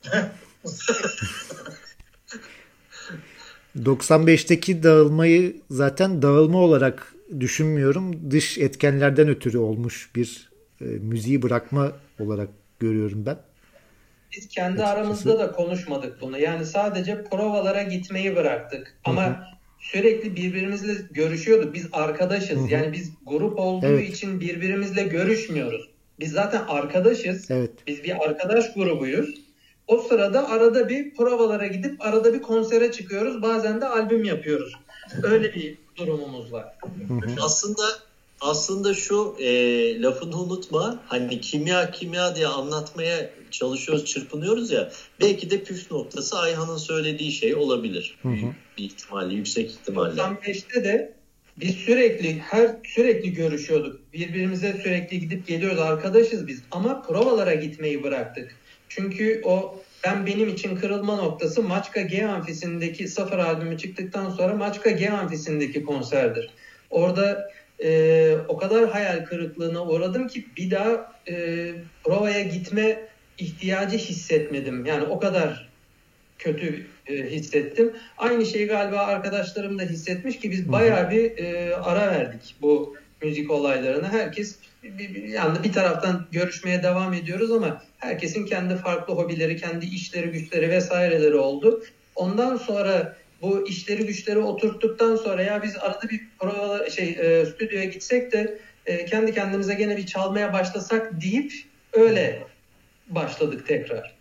95'teki dağılmayı zaten dağılma olarak düşünmüyorum. Dış etkenlerden ötürü olmuş bir müziği bırakma olarak görüyorum ben. biz kendi açıkçası. Aramızda da konuşmadık bunu. Yani sadece provalara gitmeyi bıraktık. Ama sürekli birbirimizle görüşüyorduk. Biz arkadaşız. Yani biz grup olduğu için birbirimizle görüşmüyoruz. Biz zaten arkadaşız. Evet. Biz bir arkadaş grubuyuz. O sırada arada bir provalara gidip arada bir konsere çıkıyoruz. Bazen de albüm yapıyoruz. Öyle bir durumumuz var. Aslında şu lafını unutma. Hani kimya diye anlatmaya çalışıyoruz, çırpınıyoruz ya. Belki de püf noktası Ayhan'ın söylediği şey olabilir. Bir ihtimalle, yüksek ihtimalle. 95'te de biz sürekli görüşüyorduk. Birbirimize sürekli gidip geliyoruz. Arkadaşız biz. Ama provalara gitmeyi bıraktık. Çünkü benim için kırılma noktası Maçka G Amfisi'ndeki Sıfır albümü çıktıktan sonra Maçka G Amfisi'ndeki konserdir. Orada o kadar hayal kırıklığına uğradım ki bir daha provaya gitme ihtiyacı hissetmedim. Yani o kadar kötü hissettim. Aynı şeyi galiba arkadaşlarım da hissetmiş ki biz bayağı bir ara verdik bu müzik olaylarına. Herkes yani bir taraftan görüşmeye devam ediyoruz ama herkesin kendi farklı hobileri, kendi işleri, güçleri vesaireleri oldu. Ondan sonra bu işleri güçleri oturttuktan sonra ya biz arada bir stüdyoya gitsek de kendi kendimize gene bir çalmaya başlasak deyip öyle başladık tekrar.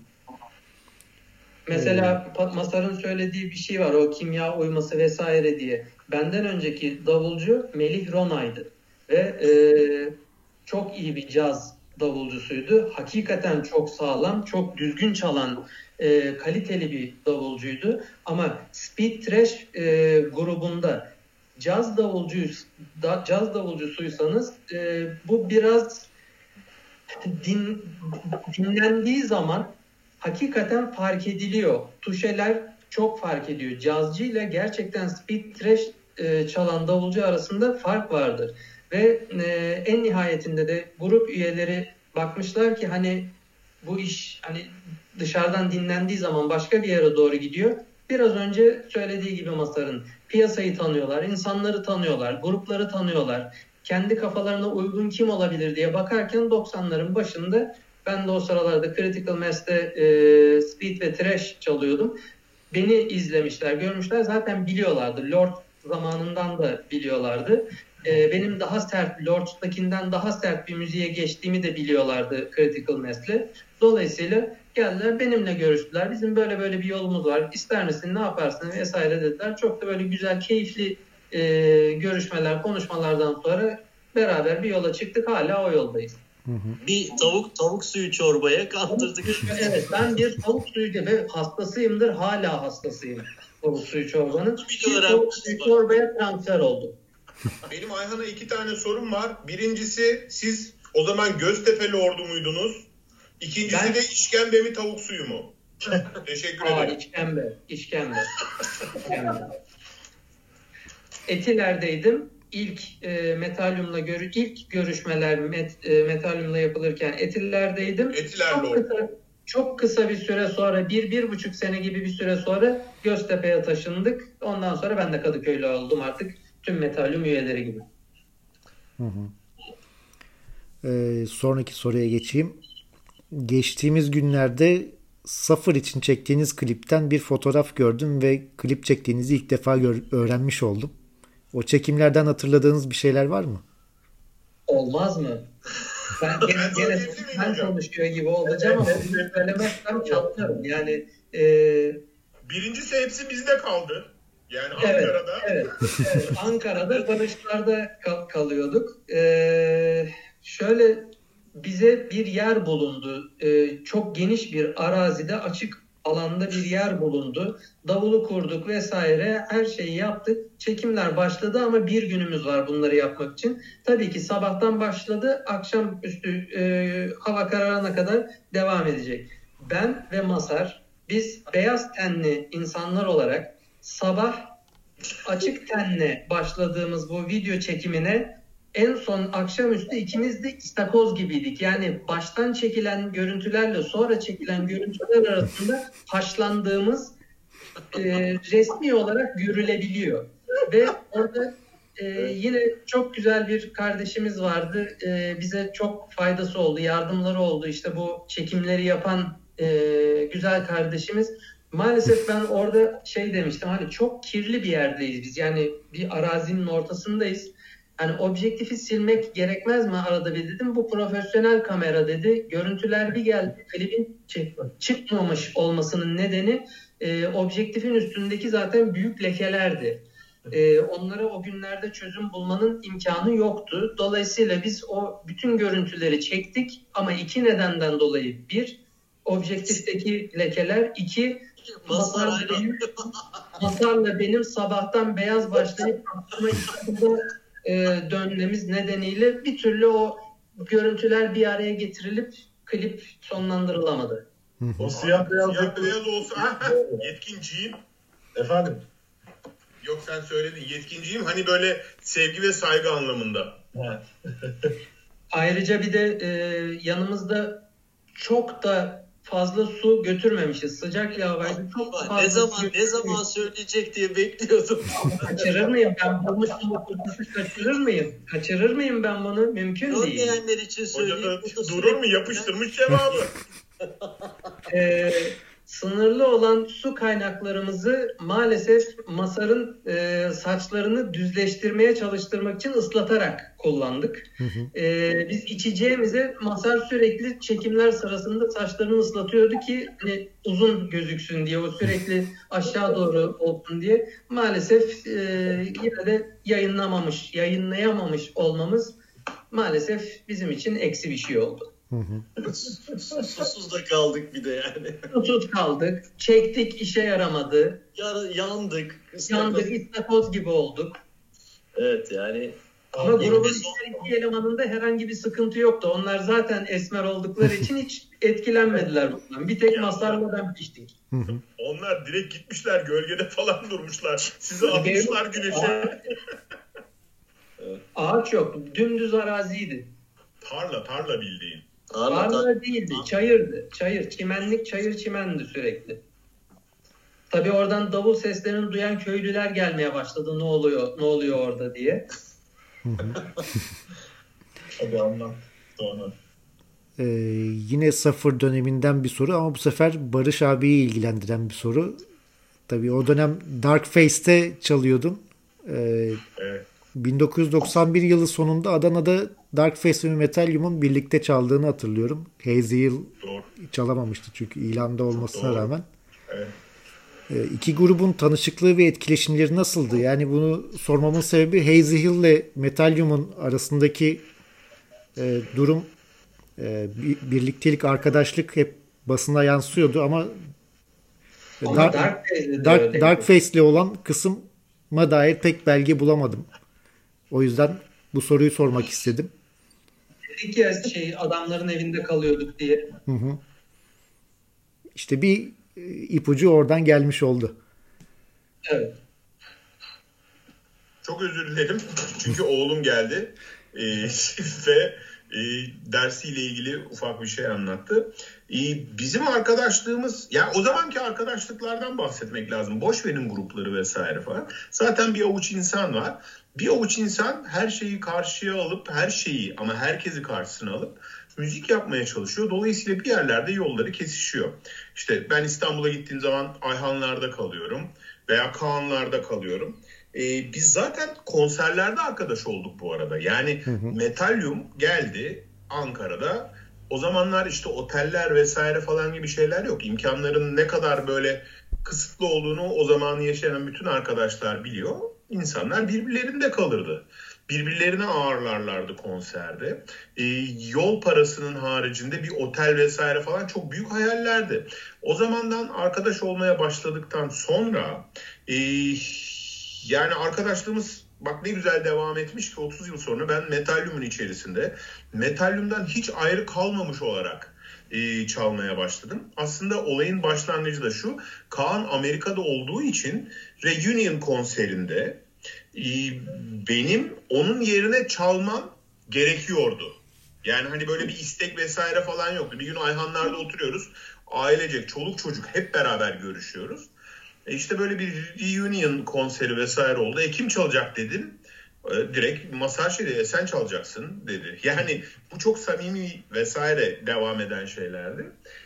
Mesela Masar'ın söylediği bir şey var, o kimya uyması vesaire diye. Benden önceki davulcu Melih Ronay'dı ve çok iyi bir caz davulcusuydu. Hakikaten çok sağlam, çok düzgün çalan, kaliteli bir davulcuydu. Ama Speed Trash grubunda caz davulcusuysanız bu biraz dinlendiği zaman hakikaten fark ediliyor. Tuşeler çok fark ediyor. Cazcı ile gerçekten Speed Trash çalan davulcu arasında fark vardır. Ve en nihayetinde de grup üyeleri bakmışlar ki hani bu iş hani dışarıdan dinlendiği zaman başka bir yere doğru gidiyor. Biraz önce söylediği gibi Masar'ın piyasayı tanıyorlar, insanları tanıyorlar, grupları tanıyorlar. Kendi kafalarına uygun kim olabilir diye bakarken 90'ların başında ben de o sıralarda Critical Mass'te Speed ve Thrash çalıyordum. Beni izlemişler, görmüşler, zaten biliyorlardı. Lord zamanından da biliyorlardı. Benim daha sert, Lord'dakinden daha sert bir müziğe geçtiğimi de biliyorlardı Critical Mass'le. Dolayısıyla geldiler, benimle görüştüler. Bizim böyle bir yolumuz var. İster misin, ne yaparsın vesaire dediler. Çok da böyle güzel, keyifli görüşmeler, konuşmalardan sonra beraber bir yola çıktık. Hala o yoldayız. Bir tavuk suyu çorbaya kandırdık. Evet, ben bir tavuk suyu ve hastasıyımdır. Hala hastasıyım tavuk suyu çorbanın. Tavuk suyu çorbaya transfer oldu. Benim Ayhan'a 2 tane sorum var. Birincisi, siz o zaman Göztepe Lordu muydunuz? İkincisi de işkembe mi tavuk suyu mu? Teşekkür ederim. İşkembe. Etiler'deydim. İlk ilk görüşmeler Metalyum'la yapılırken Etiler'deydim. Çok kısa bir süre sonra, 1-1,5 sene gibi bir süre sonra Göztepe'ye taşındık. Ondan sonra ben de Kadıköylü oldum artık. Tüm Metalyum üyeleri gibi. Sonraki soruya geçeyim. Geçtiğimiz günlerde Suffer için çektiğiniz klipten bir fotoğraf gördüm ve klip çektiğinizi ilk defa öğrenmiş oldum. O çekimlerden hatırladığınız bir şeyler var mı? Olmaz mı? Ben konuşuyor gibi olacağım ama bunu söylemezsem çatlarım. Yani birincisi hepsi bizde kaldı. Yani Ankara'da. Evet. Ankara'da Barışlar'da kalıyorduk. Şöyle bize bir yer bulundu. Çok geniş bir arazide, açık alanda bir yer bulundu. Davulu kurduk vesaire, her şeyi yaptık. Çekimler başladı ama bir günümüz var bunları yapmak için. Tabii ki sabahtan başladı, akşamüstü hava kararana kadar devam edecek. Ben ve Masar, biz beyaz tenli insanlar olarak sabah açık tenle başladığımız bu video çekimine en son akşamüstü ikimiz de istakoz gibiydik. Yani baştan çekilen görüntülerle sonra çekilen görüntüler arasında haşlandığımız resmi olarak görülebiliyor. Ve orada yine çok güzel bir kardeşimiz vardı. Bize çok faydası oldu, yardımları oldu. İşte bu çekimleri yapan güzel kardeşimiz. Maalesef ben orada şey demiştim, hani çok kirli bir yerdeyiz biz. Yani bir arazinin ortasındayız. Hani objektifi silmek gerekmez mi arada bir dedim. Bu profesyonel kamera dedi. Görüntüler bir geldi. Klibin çıkmamış olmasının nedeni objektifin üstündeki zaten büyük lekelerdi. Onlara o günlerde çözüm bulmanın imkanı yoktu. Dolayısıyla biz o bütün görüntüleri çektik ama iki nedenden dolayı: bir, objektifteki lekeler; iki, Masar'la benim sabahtan beyaz başlayıp aklıma İstanbul'da dönmemiz nedeniyle bir türlü o görüntüler bir araya getirilip klip sonlandırılamadı. O siyah beyaz olsa yetkinciyim. Efendim? Yok, sen söyledin, yetkinciyim. Hani böyle sevgi ve saygı anlamında. Ayrıca bir de yanımızda çok da fazla su götürmemişiz. Sıcak yağ vardı. Ne zaman söyleyecek diye bekliyordum. Kaçırır mıyım? Ben bulmuşum bu kurtuluşu, kaçırır mıyım? Kaçırır mıyım ben bunu? Mümkün değil. Görmeyenler için söyleyeyim. Durur mu? Yapıştırmış cevabı. Sınırlı olan su kaynaklarımızı maalesef Masar'ın saçlarını düzleştirmeye çalıştırmak için ıslatarak kullandık. Biz içeceğimize Masar sürekli çekimler sırasında saçlarını ıslatıyordu ki hani uzun gözüksün diye, o sürekli aşağı doğru olsun diye. Maalesef yine de yayınlayamamış olmamız maalesef bizim için eksi bir şey oldu. Susuz da kaldık bir de yani. Susuz kaldık. Çektik, işe yaramadı. Yandık. Yandık, istakoz gibi olduk. Evet yani. Ama grubun diğer iki elemanında herhangi bir sıkıntı yoktu. Onlar zaten esmer oldukları için hiç etkilenmediler bundan. Bir tek Masar'la ben piştik. Onlar direkt gitmişler, gölgede falan durmuşlar. Sizi atmışlar güneşe. Ağaç yok. Dümdüz araziydi. Tarla bildiğin. Tarla değildi. Çayırdı. Çayır. Çimenlik, çimendi sürekli. Tabii oradan davul seslerini duyan köylüler gelmeye başladı. Ne oluyor orada diye. Hadi anlat. Sonra. Yine Suffer döneminden bir soru ama bu sefer Barış abiyi ilgilendiren bir soru. Tabii o dönem Dark Face'te çalıyordun. Evet. 1991 yılı sonunda Adana'da Dark Face ve Metalium'un birlikte çaldığını hatırlıyorum. Hazy Hill çalamamıştı çünkü ilanda olmasına rağmen. Evet. İki grubun tanışıklığı ve etkileşimleri nasıldı? Yani bunu sormamın sebebi Hazy Hill ile Metalium'un arasındaki durum, birliktelik, arkadaşlık hep basına yansıyordu ama Dark Face ile olan kısma dair pek belge bulamadım. O yüzden bu soruyu sormak istedim. İki adamların evinde kalıyorduk diye. İşte bir ipucu oradan gelmiş oldu. Evet. Çok özür dilerim. Çünkü oğlum geldi ve dersiyle ilgili ufak bir şey anlattı. Bizim arkadaşlığımız, yani o zamanki arkadaşlıklardan bahsetmek lazım. Boş verin grupları vesaire falan. Zaten bir avuç insan var. Bir avuç insan her şeyi karşıya alıp, ama herkesi karşısına alıp müzik yapmaya çalışıyor. Dolayısıyla bir yerlerde yolları kesişiyor. İşte ben İstanbul'a gittiğim zaman Ayhanlar'da kalıyorum veya Kaanlar'da kalıyorum. Biz zaten konserlerde arkadaş olduk bu arada. Yani Metalium geldi Ankara'da. O zamanlar işte oteller vesaire falan gibi şeyler yok. İmkanların ne kadar böyle kısıtlı olduğunu o zamanı yaşayan bütün arkadaşlar biliyor. İnsanlar birbirlerinde kalırdı. Birbirlerine ağırlarlardı konserde. Yol parasının haricinde bir otel vesaire falan çok büyük hayallerdi. O zamandan arkadaş olmaya başladıktan sonra yani arkadaşlığımız bak ne güzel devam etmiş ki 30 yıl sonra ben Metalium'un içerisinde Metalium'dan hiç ayrı kalmamış olarak çalmaya başladım. Aslında olayın başlangıcı da şu: Kaan Amerika'da olduğu için Reunion konserinde benim onun yerine çalmam gerekiyordu. Yani hani böyle bir istek vesaire falan yoktu. Bir gün Ayhanlar'da oturuyoruz. Ailecek, çoluk çocuk hep beraber görüşüyoruz. İşte böyle bir reunion konseri vesaire oldu. Kim çalacak dedim. Direkt masaj dedi, sen çalacaksın dedi. Yani bu çok samimi vesaire devam eden şeylerdi.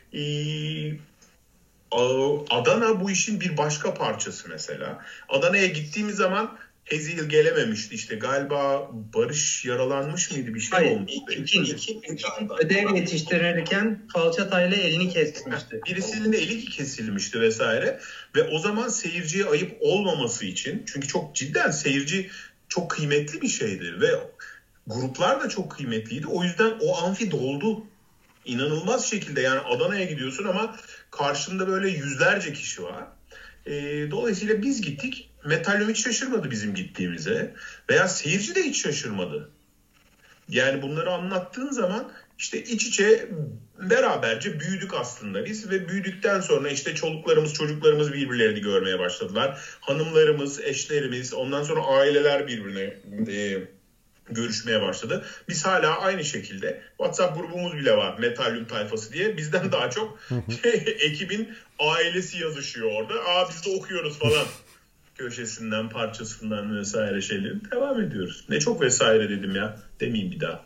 Adana bu işin bir başka parçası mesela. Adana'ya gittiğimiz zaman Hazyhill gelememişti işte. Galiba Barış yaralanmış mıydı? Bir şey olmuştu. Ödev yetiştirirken falçatayla elini kesmişti. Birisinin de eli kesilmişti vesaire. Ve o zaman seyirciye ayıp olmaması için, çünkü çok cidden seyirci çok kıymetli bir şeydir ve gruplar da çok kıymetliydi. O yüzden o amfi doldu. İnanılmaz şekilde, yani Adana'ya gidiyorsun ama karşında böyle yüzlerce kişi var. Dolayısıyla biz gittik. Metallum hiç şaşırmadı bizim gittiğimize. Veya seyirci de hiç şaşırmadı. Yani bunları anlattığın zaman işte iç içe beraberce büyüdük aslında biz. Ve büyüdükten sonra işte çoluklarımız, çocuklarımız birbirlerini görmeye başladılar. Hanımlarımız, eşlerimiz, ondan sonra aileler birbirine görüşmeye başladı. Biz hala aynı şekilde, WhatsApp grubumuz bile var, Metallum tayfası diye. Bizden daha çok ekibin ailesi yazışıyor orada. Biz de okuyoruz falan. Köşesinden, parçasından vesaire şeyleri devam ediyoruz. Ne çok vesaire dedim ya. Demeyeyim bir daha.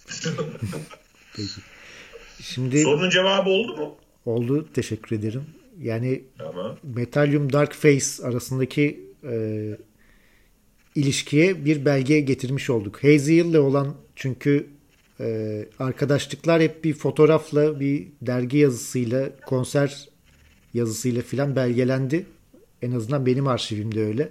Şimdi sorunun cevabı oldu mu? Oldu. Teşekkür ederim. Yani tamam. Metallum Dark Face arasındaki ilişkiye bir belge getirmiş olduk. Hazyhill'le olan, çünkü arkadaşlıklar hep bir fotoğrafla, bir dergi yazısıyla, konser yazısıyla filan belgelendi. En azından benim arşivimde öyle.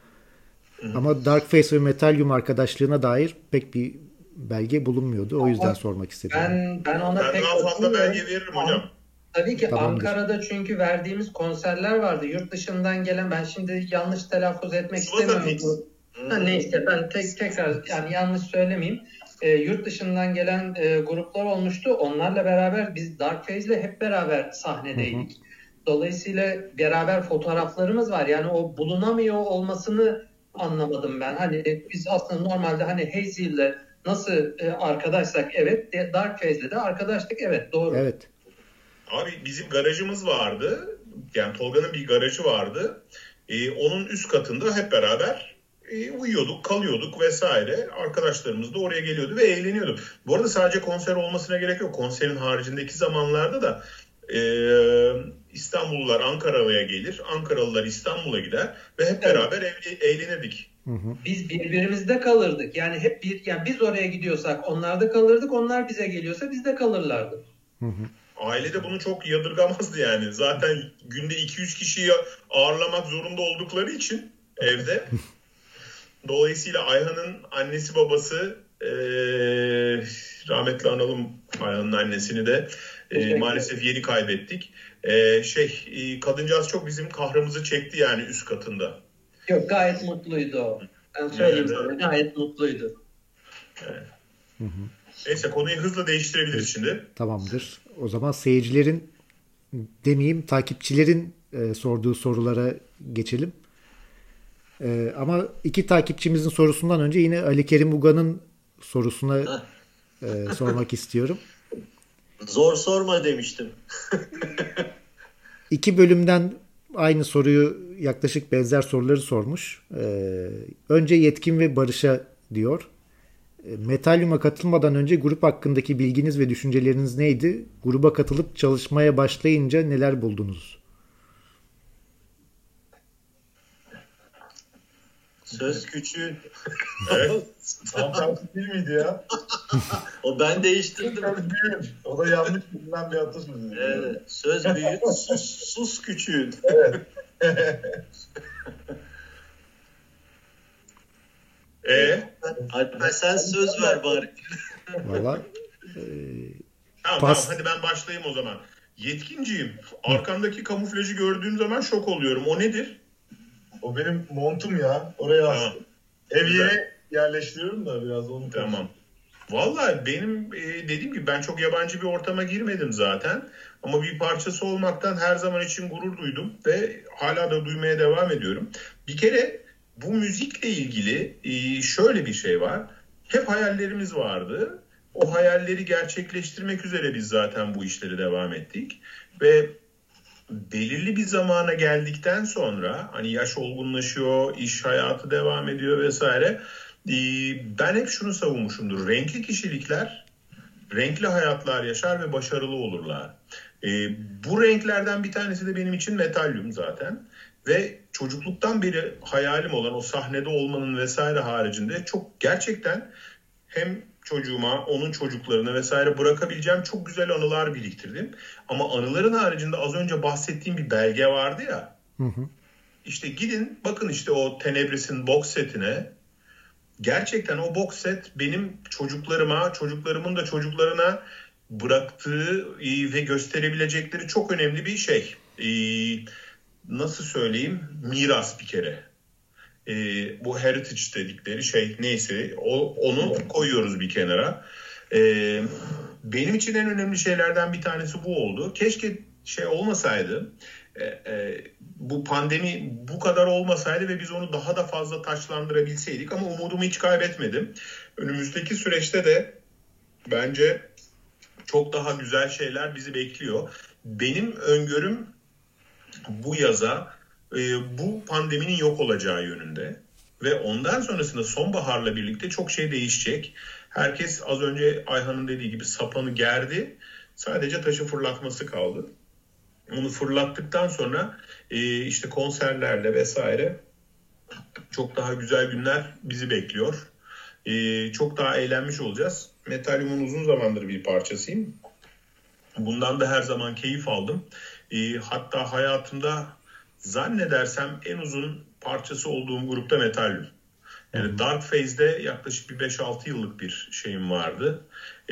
Ama Dark Face ve Metallum arkadaşlığına dair pek bir belge bulunmuyordu. O yüzden sormak istedim. Ben ona pek daha fazla belge veririm hocam. Tabii ki Tamamdır. Ankara'da çünkü verdiğimiz konserler vardı. Yurt dışından gelen, ben şimdi yanlış telaffuz etmek istemiyorum. Neyse, ben tekrar yani yanlış söylemeyeyim. Yurt dışından gelen gruplar olmuştu. Onlarla beraber biz Dark Phase'le hep beraber sahnedeydik. Dolayısıyla beraber fotoğraflarımız var. Yani o bulunamıyor olmasını anlamadım ben. Hani biz aslında normalde hani Hazyhill'le nasıl arkadaşsak, evet, Dark Phase'le de arkadaştık, evet, doğru. Evet. Abi bizim garajımız vardı. Yani Tolga'nın bir garajı vardı. Onun üst katında hep beraber uyuyorduk, kalıyorduk vesaire. Arkadaşlarımız da oraya geliyordu ve eğleniyorduk. Bu arada sadece konser olmasına gerek yok. Konserin haricindeki zamanlarda da İstanbullular Ankara'ya gelir, Ankaralılar İstanbul'a gider ve hep beraber eğlenirdik. Biz birbirimizde kalırdık. Yani hep yani biz oraya gidiyorsak onlar da kalırdık, onlar bize geliyorsa biz de kalırlardı. Aile de bunu çok yadırgamazdı yani. Zaten günde 200 kişiyi ağırlamak zorunda oldukları için evde. Dolayısıyla Ayhan'ın annesi babası, rahmetli analım Ayhan'ın annesini de maalesef yeni kaybettik. Kadıncağız çok bizim kahrımızı çekti yani üst katında. Yok, gayet mutluydu o. Ben söyleyeyim sana, gayet mutluydu. Evet. Neyse, konuyu hızla değiştirebiliriz şimdi. Tamamdır. O zaman seyircilerin demeyeyim, takipçilerin sorduğu sorulara geçelim. Ama iki takipçimizin sorusundan önce yine Ali Kerim Uga'nın sorusuna sormak istiyorum. Zor sorma demiştim. 2 bölümden aynı soruyu, yaklaşık benzer soruları sormuş. Önce Yetkin ve Barış'a diyor. Metallum'a katılmadan önce grup hakkındaki bilginiz ve düşünceleriniz neydi? Gruba katılıp çalışmaya başlayınca neler buldunuz? Söz küçüğün. Evet. Tam tersi değil miydi ya? O ben değiştirdim. O da yanlış bilinen bir atasözü. Evet. Söz büyük, sus küçüğün. Evet. Sen söz ver bari. Valla Tamam, hadi ben başlayayım o zaman. Yetkinciyim. Arkamdaki kamuflajı gördüğüm zaman şok oluyorum. O nedir? O benim montum ya. Oraya astım. Ev yere yerleştiriyorum da biraz onu. Tamam. Vallahi benim dediğim gibi ben çok yabancı bir ortama girmedim zaten. Ama bir parçası olmaktan her zaman için gurur duydum ve hala da duymaya devam ediyorum. Bir kere bu müzikle ilgili şöyle bir şey var. Hep hayallerimiz vardı. O hayalleri gerçekleştirmek üzere biz zaten bu işleri devam ettik. Ve belirli bir zamana geldikten sonra hani yaş olgunlaşıyor, iş hayatı devam ediyor vesaire. Ben hep şunu savunmuşumdur. Renkli kişilikler renkli hayatlar yaşar ve başarılı olurlar. Bu renklerden bir tanesi de benim için Metalyum zaten. Ve çocukluktan beri hayalim olan o sahnede olmanın vesaire haricinde çok gerçekten hem çocuğuma, onun çocuklarına vesaire bırakabileceğim çok güzel anılar biriktirdim. Ama anıların haricinde az önce bahsettiğim bir belge vardı ya. Hı hı. İşte gidin bakın işte o Tenebris'in box setine. Gerçekten o box set benim çocuklarıma, çocuklarımın da çocuklarına bıraktığı ve gösterebilecekleri çok önemli bir şey. Nasıl söyleyeyim? Miras bir kere. Bu heritage dedikleri şey neyse onu koyuyoruz bir kenara. Benim için en önemli şeylerden bir tanesi bu oldu. Keşke şey olmasaydı, bu pandemi bu kadar olmasaydı ve biz onu daha da fazla taçlandırabilseydik, ama umudumu hiç kaybetmedim. Önümüzdeki süreçte de bence çok daha güzel şeyler bizi bekliyor. Benim öngörüm bu yaza bu pandeminin yok olacağı yönünde ve ondan sonrasında sonbaharla birlikte çok şey değişecek. Herkes az önce Ayhan'ın dediği gibi sapanı gerdi. Sadece taşı fırlatması kaldı. Onu fırlattıktan sonra işte konserlerle vesaire çok daha güzel günler bizi bekliyor. Çok daha eğlenmiş olacağız. Metalyum'un uzun zamandır bir parçasıyım. Bundan da her zaman keyif aldım. Hatta hayatımda zannedersem en uzun parçası olduğum grupta Metalyum. Yani Dark Phase'de yaklaşık bir 5-6 yıllık bir şeyim vardı.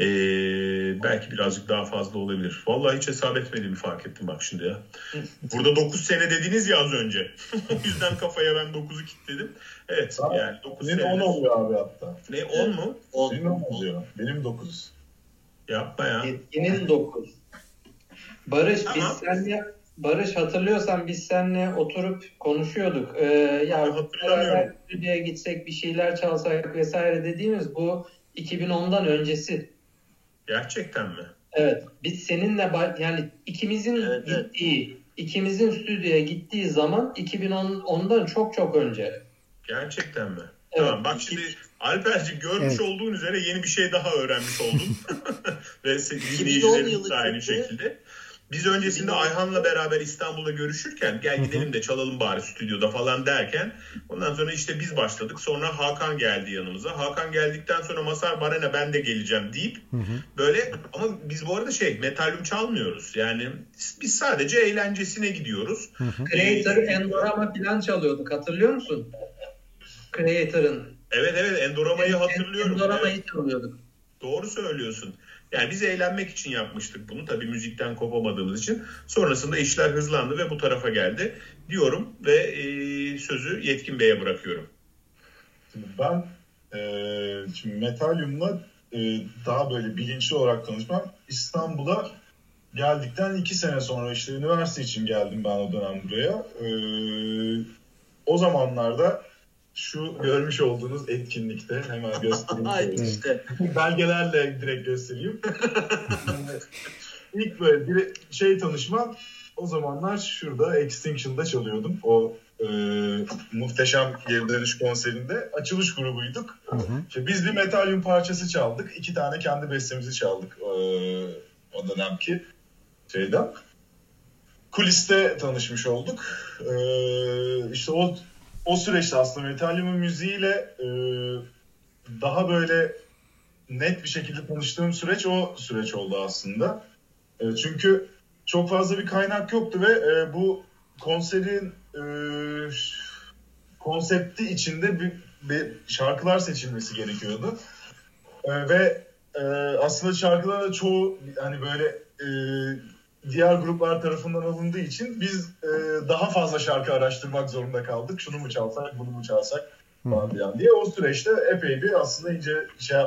Belki birazcık daha fazla olabilir. Vallahi hiç hesap etmediğimi fark ettim bak şimdi ya. Burada 9 sene dediniz ya az önce. O yüzden kafaya ben 9'u kilitledim. Evet tamam. Yani 9 sene. Benim 10 oluyor abi hatta. Ne 10 mu? Senin 10 oluyor. Benim 9. Yapma ya. Yetkin'in 9. Barış tamam. Barış hatırlıyorsan biz seninle oturup konuşuyorduk. Ya hatırlamıyorum. Stüdyoya gitsek bir şeyler çalsak vesaire dediğimiz bu 2010'dan öncesi. Gerçekten mi? Evet. Biz seninle yani ikimizin stüdyoya gittiği zaman 2010'dan çok önce. Gerçekten mi? Evet. Tamam bak şimdi Alper'cim görmüş olduğun üzere yeni bir şey daha öğrenmiş oldum. Ve dinleyicilerimiz de aynı şekilde. Biz öncesinde Ayhan'la beraber İstanbul'da görüşürken gel gidelim de çalalım bari stüdyoda falan derken ondan sonra işte biz başladık. Sonra Hakan geldi yanımıza. Hakan geldikten sonra Masar bana ne ben de geleceğim deyip böyle, ama biz bu arada Metalyum çalmıyoruz. Yani biz sadece eğlencesine gidiyoruz. Creator Endorama falan çalıyorduk, hatırlıyor musun? Creator'ın. Evet Endorama'yı hatırlıyorum. Endorama'yı çalıyorduk. Doğru söylüyorsun. Yani biz eğlenmek için yapmıştık bunu. Tabii müzikten kopamadığımız için. Sonrasında işler hızlandı ve bu tarafa geldi diyorum ve sözü Yetkin Bey'e bırakıyorum. Ben şimdi Metalyum'la daha böyle bilinçli olarak tanışmam. İstanbul'a geldikten 2 sene sonra işte üniversite için geldim ben o dönem buraya. O zamanlarda şu görmüş olduğunuz etkinlikte hemen göstereyim. işte. Belgelerle direkt göstereyim. İlk böyle bir tanışmam, o zamanlar şurada Extinction'da çalıyordum. O muhteşem geri dönüş konserinde açılış grubuyduk. İşte biz bir Metalyum parçası çaldık. 2 tane kendi bestemizi çaldık o dönemki şeyden. Kuliste tanışmış olduk. İşte o süreçte aslında Metalyum'un müziğiyle daha böyle net bir şekilde tanıştığım süreç o süreç oldu aslında. Çünkü çok fazla bir kaynak yoktu ve bu konserin konsepti içinde bir şarkılar seçilmesi gerekiyordu. Ve aslında şarkılar da çoğu hani böyle diğer gruplar tarafından alındığı için biz daha fazla şarkı araştırmak zorunda kaldık. Şunu mu çalsak, bunu mu çalsak falan diye. O süreçte epey bir aslında iyice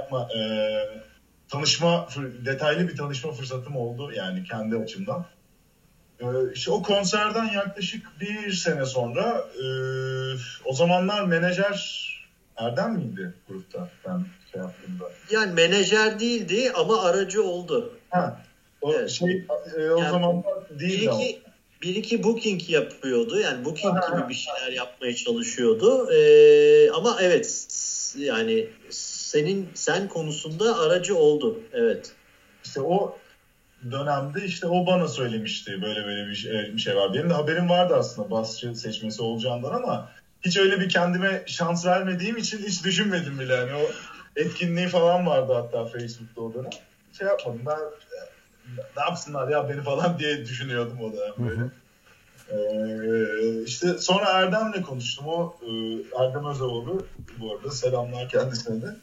detaylı bir tanışma fırsatım oldu yani kendi açımdan. İşte o konserden yaklaşık 1 sene sonra o zamanlar menajer Erdem miydi grupta ben yaptığımda? Yani menajer değildi ama aracı oldu. O evet. o zaman değildi ama. bir iki booking yapıyordu. Yani booking gibi bir şeyler yapmaya çalışıyordu. Ama evet yani sen konusunda aracı oldu. Evet. İşte o dönemde işte o bana söylemişti böyle bir şey var. Benim de haberim vardı aslında basçı seçmesi olacağından ama hiç öyle bir kendime şans vermediğim için hiç düşünmedim bile. Yani o etkinliği falan vardı hatta Facebook'ta o dönem. Şey yapmadım ben ne yapsınlar ya beni falan diye düşünüyordum o dönem böyle. İşte sonra Erdem'le konuştum. O Erdem Özoğlu bu arada selamlar kendisine de.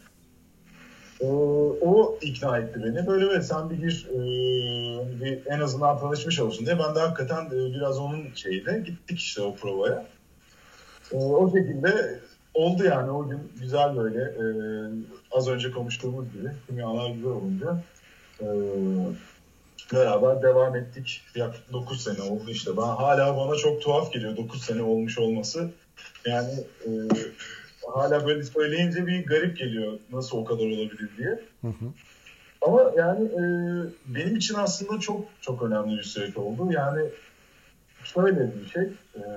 O ikna etti beni. Böyle sen bir gir bir en azından tanışmış olsun diye. Ben de hakikaten biraz onun şeyiyle gittik işte o provaya. O şekilde oldu yani o gün güzel böyle az önce konuştuğumuz gibi kimyalar güzel olunca beraber devam ettik. Yaklaşık 9 sene oldu işte. Hala bana çok tuhaf geliyor 9 sene olmuş olması. Yani hala böyle söyleyince bir garip geliyor nasıl o kadar olabilir diye. Ama yani benim için aslında çok çok önemli bir süreç oldu. Yani şöyle bir şey.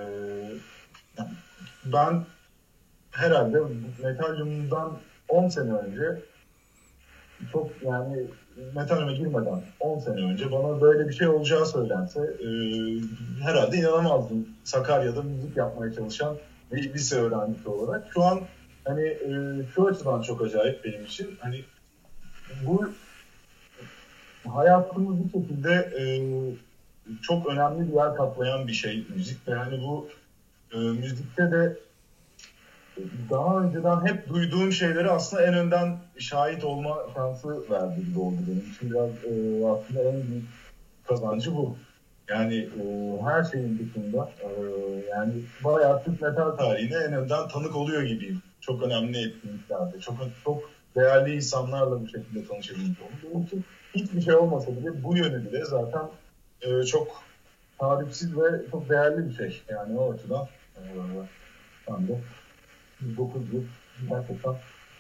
Ben herhalde Metalium'dan 10 sene önce çok yani Metalium'a girmeden 10 sene önce bana böyle bir şey olacağı söylense herhalde inanamazdım. Sakarya'da müzik yapmaya çalışan bir lise öğrencisi olarak. Şu an hani şu açıdan çok acayip benim için. Hani bu hayatımız bir şekilde çok önemli bir yer kaplayan bir şey müzik ve hani bu müzikte de daha önceden hep duyduğum şeyleri aslında en önden şahit olma şansı verdi gibi oldu benim için. Biraz aslında en büyük kazancı bu. Yani her şeyin dışında yani bayağı Türk metal tarihine en önden tanık oluyor gibiyim. Çok önemli etkinliklerde, çok değerli insanlarla bu şekilde tanışabilmiş oldum. Benim için hiçbir şey olmasa bile bu yönü bile zaten çok tarifsiz ve çok değerli bir şey. Yani o açıdan ben de 9 yıl gerçekten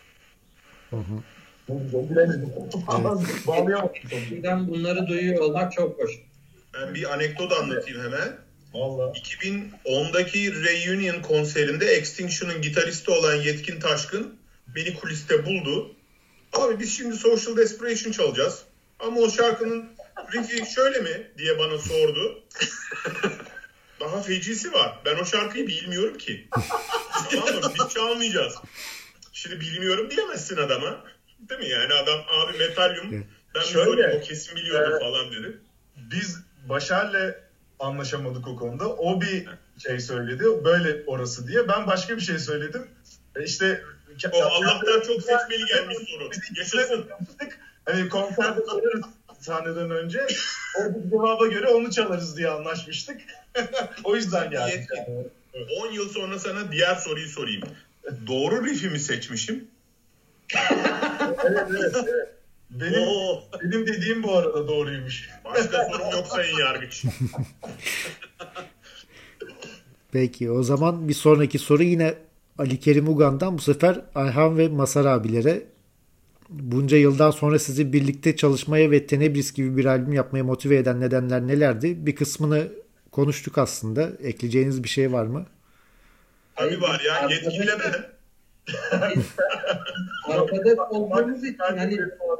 ne güzel bilemedim. Bağlayamadım. Bunları duyuyor olmak çok hoş. Ben bir anekdot anlatayım hemen. Vallahi. 2010'daki Reunion konserinde Extinction'ın gitaristi olan Yetkin Taşkın beni kuliste buldu. Abi biz şimdi Social Desperation çalacağız. Ama o şarkının riffi şöyle mi diye bana sordu. Daha fecisi var. Ben o şarkıyı bilmiyorum ki. Tamam mı? Biz çalmayacağız. Şimdi bilmiyorum diyemezsin adama. Değil mi? Yani adam abi Metalium ben şöyle, o kesin biliyordu falan dedi. Biz Başar'la anlaşamadık o konuda. O bir şey söyledi. Böyle orası diye. Ben başka bir şey söyledim. İşte o Allah'tan çok seçmeli gelmiş soru. Yaşasın. Hani konserde sorarız sahneden önce. Oradaki cevaba göre onu çalarız diye anlaşmıştık. O yüzden geldik. Yani. 10 yıl sonra sana diğer soruyu sorayım. Doğru riffimi seçmişim. Evet. Benim dediğim bu arada doğruymuş. Başka sorum yok Sayın Yargıç. Peki o zaman bir sonraki soru yine Ali Kerim Ugan'dan, bu sefer Ayhan ve Masar abilere. Bunca yıldan sonra sizi birlikte çalışmaya ve Tenebris gibi bir albüm yapmaya motive eden nedenler nelerdi? Bir kısmını konuştuk aslında. Ekleyeceğiniz bir şey var mı? Tabii var ya. Yetkiliyle ben. Arkadaş olduğumuz için hani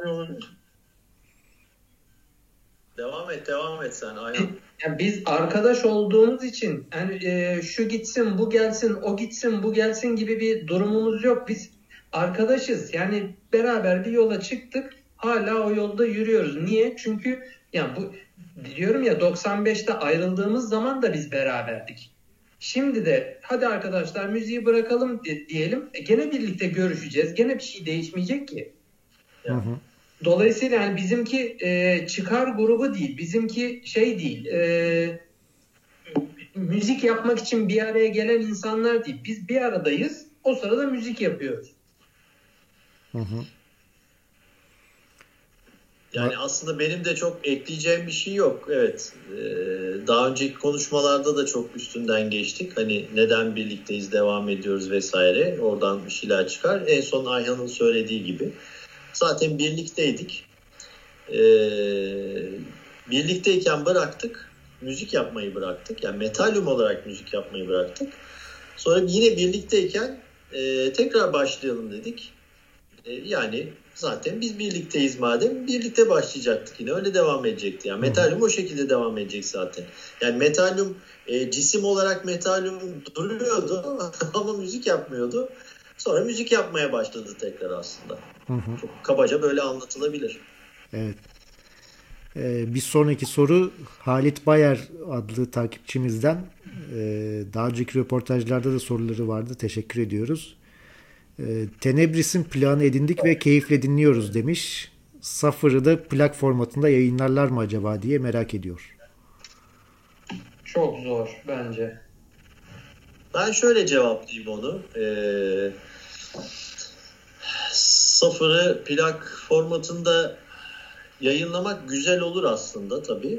devam et sen Ayhan. Yani biz arkadaş olduğumuz için yani şu gitsin bu gelsin o gitsin bu gelsin gibi bir durumumuz yok. Biz arkadaşız. Yani beraber bir yola çıktık. Hala o yolda yürüyoruz. Niye? Çünkü yani bu diyorum ya 95'te ayrıldığımız zaman da biz beraberdik. Şimdi de hadi arkadaşlar müziği bırakalım diyelim. Gene birlikte görüşeceğiz. Gene bir şey değişmeyecek ki. Hı hı. Dolayısıyla yani bizimki çıkar grubu değil. Bizimki şey değil. Müzik yapmak için bir araya gelen insanlar değil. Biz bir aradayız. O sırada müzik yapıyoruz. Hı hı. Yani aslında benim de çok ekleyeceğim bir şey yok. Evet. Daha önceki konuşmalarda da çok üstünden geçtik. Hani neden birlikteyiz, devam ediyoruz vesaire. Oradan bir şeyler çıkar. En son Ayhan'ın söylediği gibi. Zaten birlikteydik. Birlikteyken bıraktık. müzik yapmayı bıraktık. Yani Metalium olarak müzik yapmayı bıraktık. Sonra yine birlikteyken tekrar başlayalım dedik. Yani zaten biz birlikteyiz madem, birlikte başlayacaktık yine, öyle devam edecekti. Yani Metalium o şekilde devam edecek zaten. Yani Metalium cisim olarak Metalium duruyordu ama müzik yapmıyordu. Sonra müzik yapmaya başladı tekrar aslında. Çok kabaca böyle anlatılabilir. Evet. Bir sonraki soru Halit Bayer adlı takipçimizden. Daha önceki röportajlarda da soruları vardı. Teşekkür ediyoruz. Tenebris'in plağını edindik ve keyifle dinliyoruz demiş. Suffer'ı da plak formatında yayınlarlar mı acaba diye merak ediyor. Çok zor bence. Ben şöyle cevaplayayım onu. Suffer'ı plak formatında yayınlamak güzel olur aslında tabii.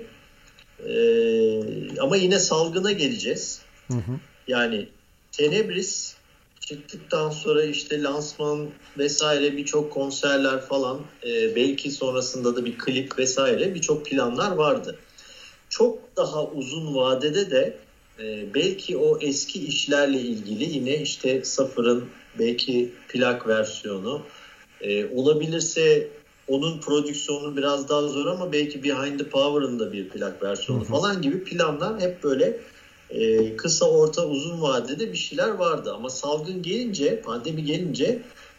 Ama yine salgına geleceğiz. Yani Tenebris çıktıktan sonra işte lansman vesaire, birçok konserler falan, belki sonrasında da bir klip vesaire, birçok planlar vardı. Çok daha uzun vadede de belki o eski işlerle ilgili yine işte Suffer'ın belki plak versiyonu, olabilirse onun prodüksiyonu biraz daha zor ama belki Behind the Power'ın da bir plak versiyonu falan gibi planlar hep böyle kısa, orta, uzun vadede bir şeyler vardı. Ama salgın gelince, pandemi gelince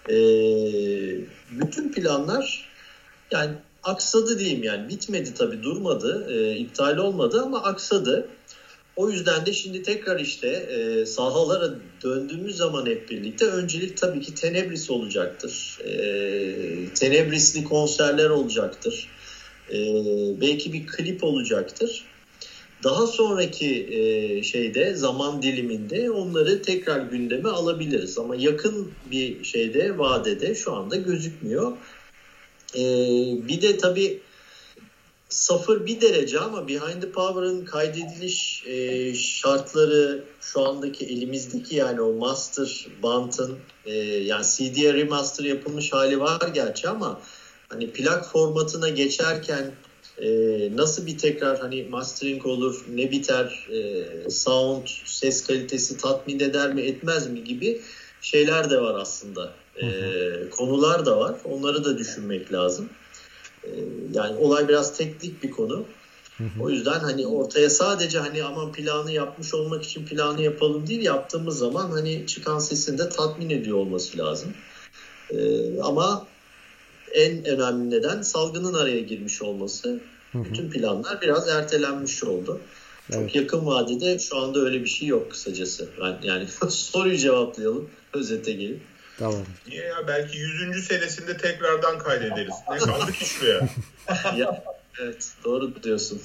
bütün planlar yani aksadı diyeyim, yani bitmedi tabii, durmadı, iptal olmadı ama aksadı. O yüzden de şimdi tekrar işte sahalara döndüğümüz zaman hep birlikte öncelik tabii ki Tenebris olacaktır. Tenebrisli konserler olacaktır. Belki bir klip olacaktır. Daha sonraki şeyde, zaman diliminde onları tekrar gündeme alabiliriz. Ama yakın bir şeyde, vadede şu anda gözükmüyor. Bir de tabii Suffer bir derece ama Behind the Power'ın kaydediliş şartları şu andaki elimizdeki, yani o master bantın yani CD'ye remaster yapılmış hali var gerçi ama hani plak formatına geçerken nasıl bir tekrar hani mastering olur, ne biter, sound, ses kalitesi tatmin eder mi etmez mi gibi şeyler de var aslında. Konular da var. Onları da düşünmek lazım. Yani olay biraz teknik bir konu. O yüzden hani ortaya sadece hani aman planı yapmış olmak için planı yapalım değil, yaptığımız zaman hani çıkan sesin de tatmin ediyor olması lazım. Ama en önemli neden salgının araya girmiş olması. Bütün planlar biraz ertelenmiş oldu. Evet. Çok yakın vadede şu anda öyle bir şey yok kısacası. Yani soruyu cevaplayalım, özete gelip. Tamam. Niye ya? Belki 100. senesinde tekrardan kaydederiz. Ne kaldı ki şuraya? Evet, doğru diyorsun.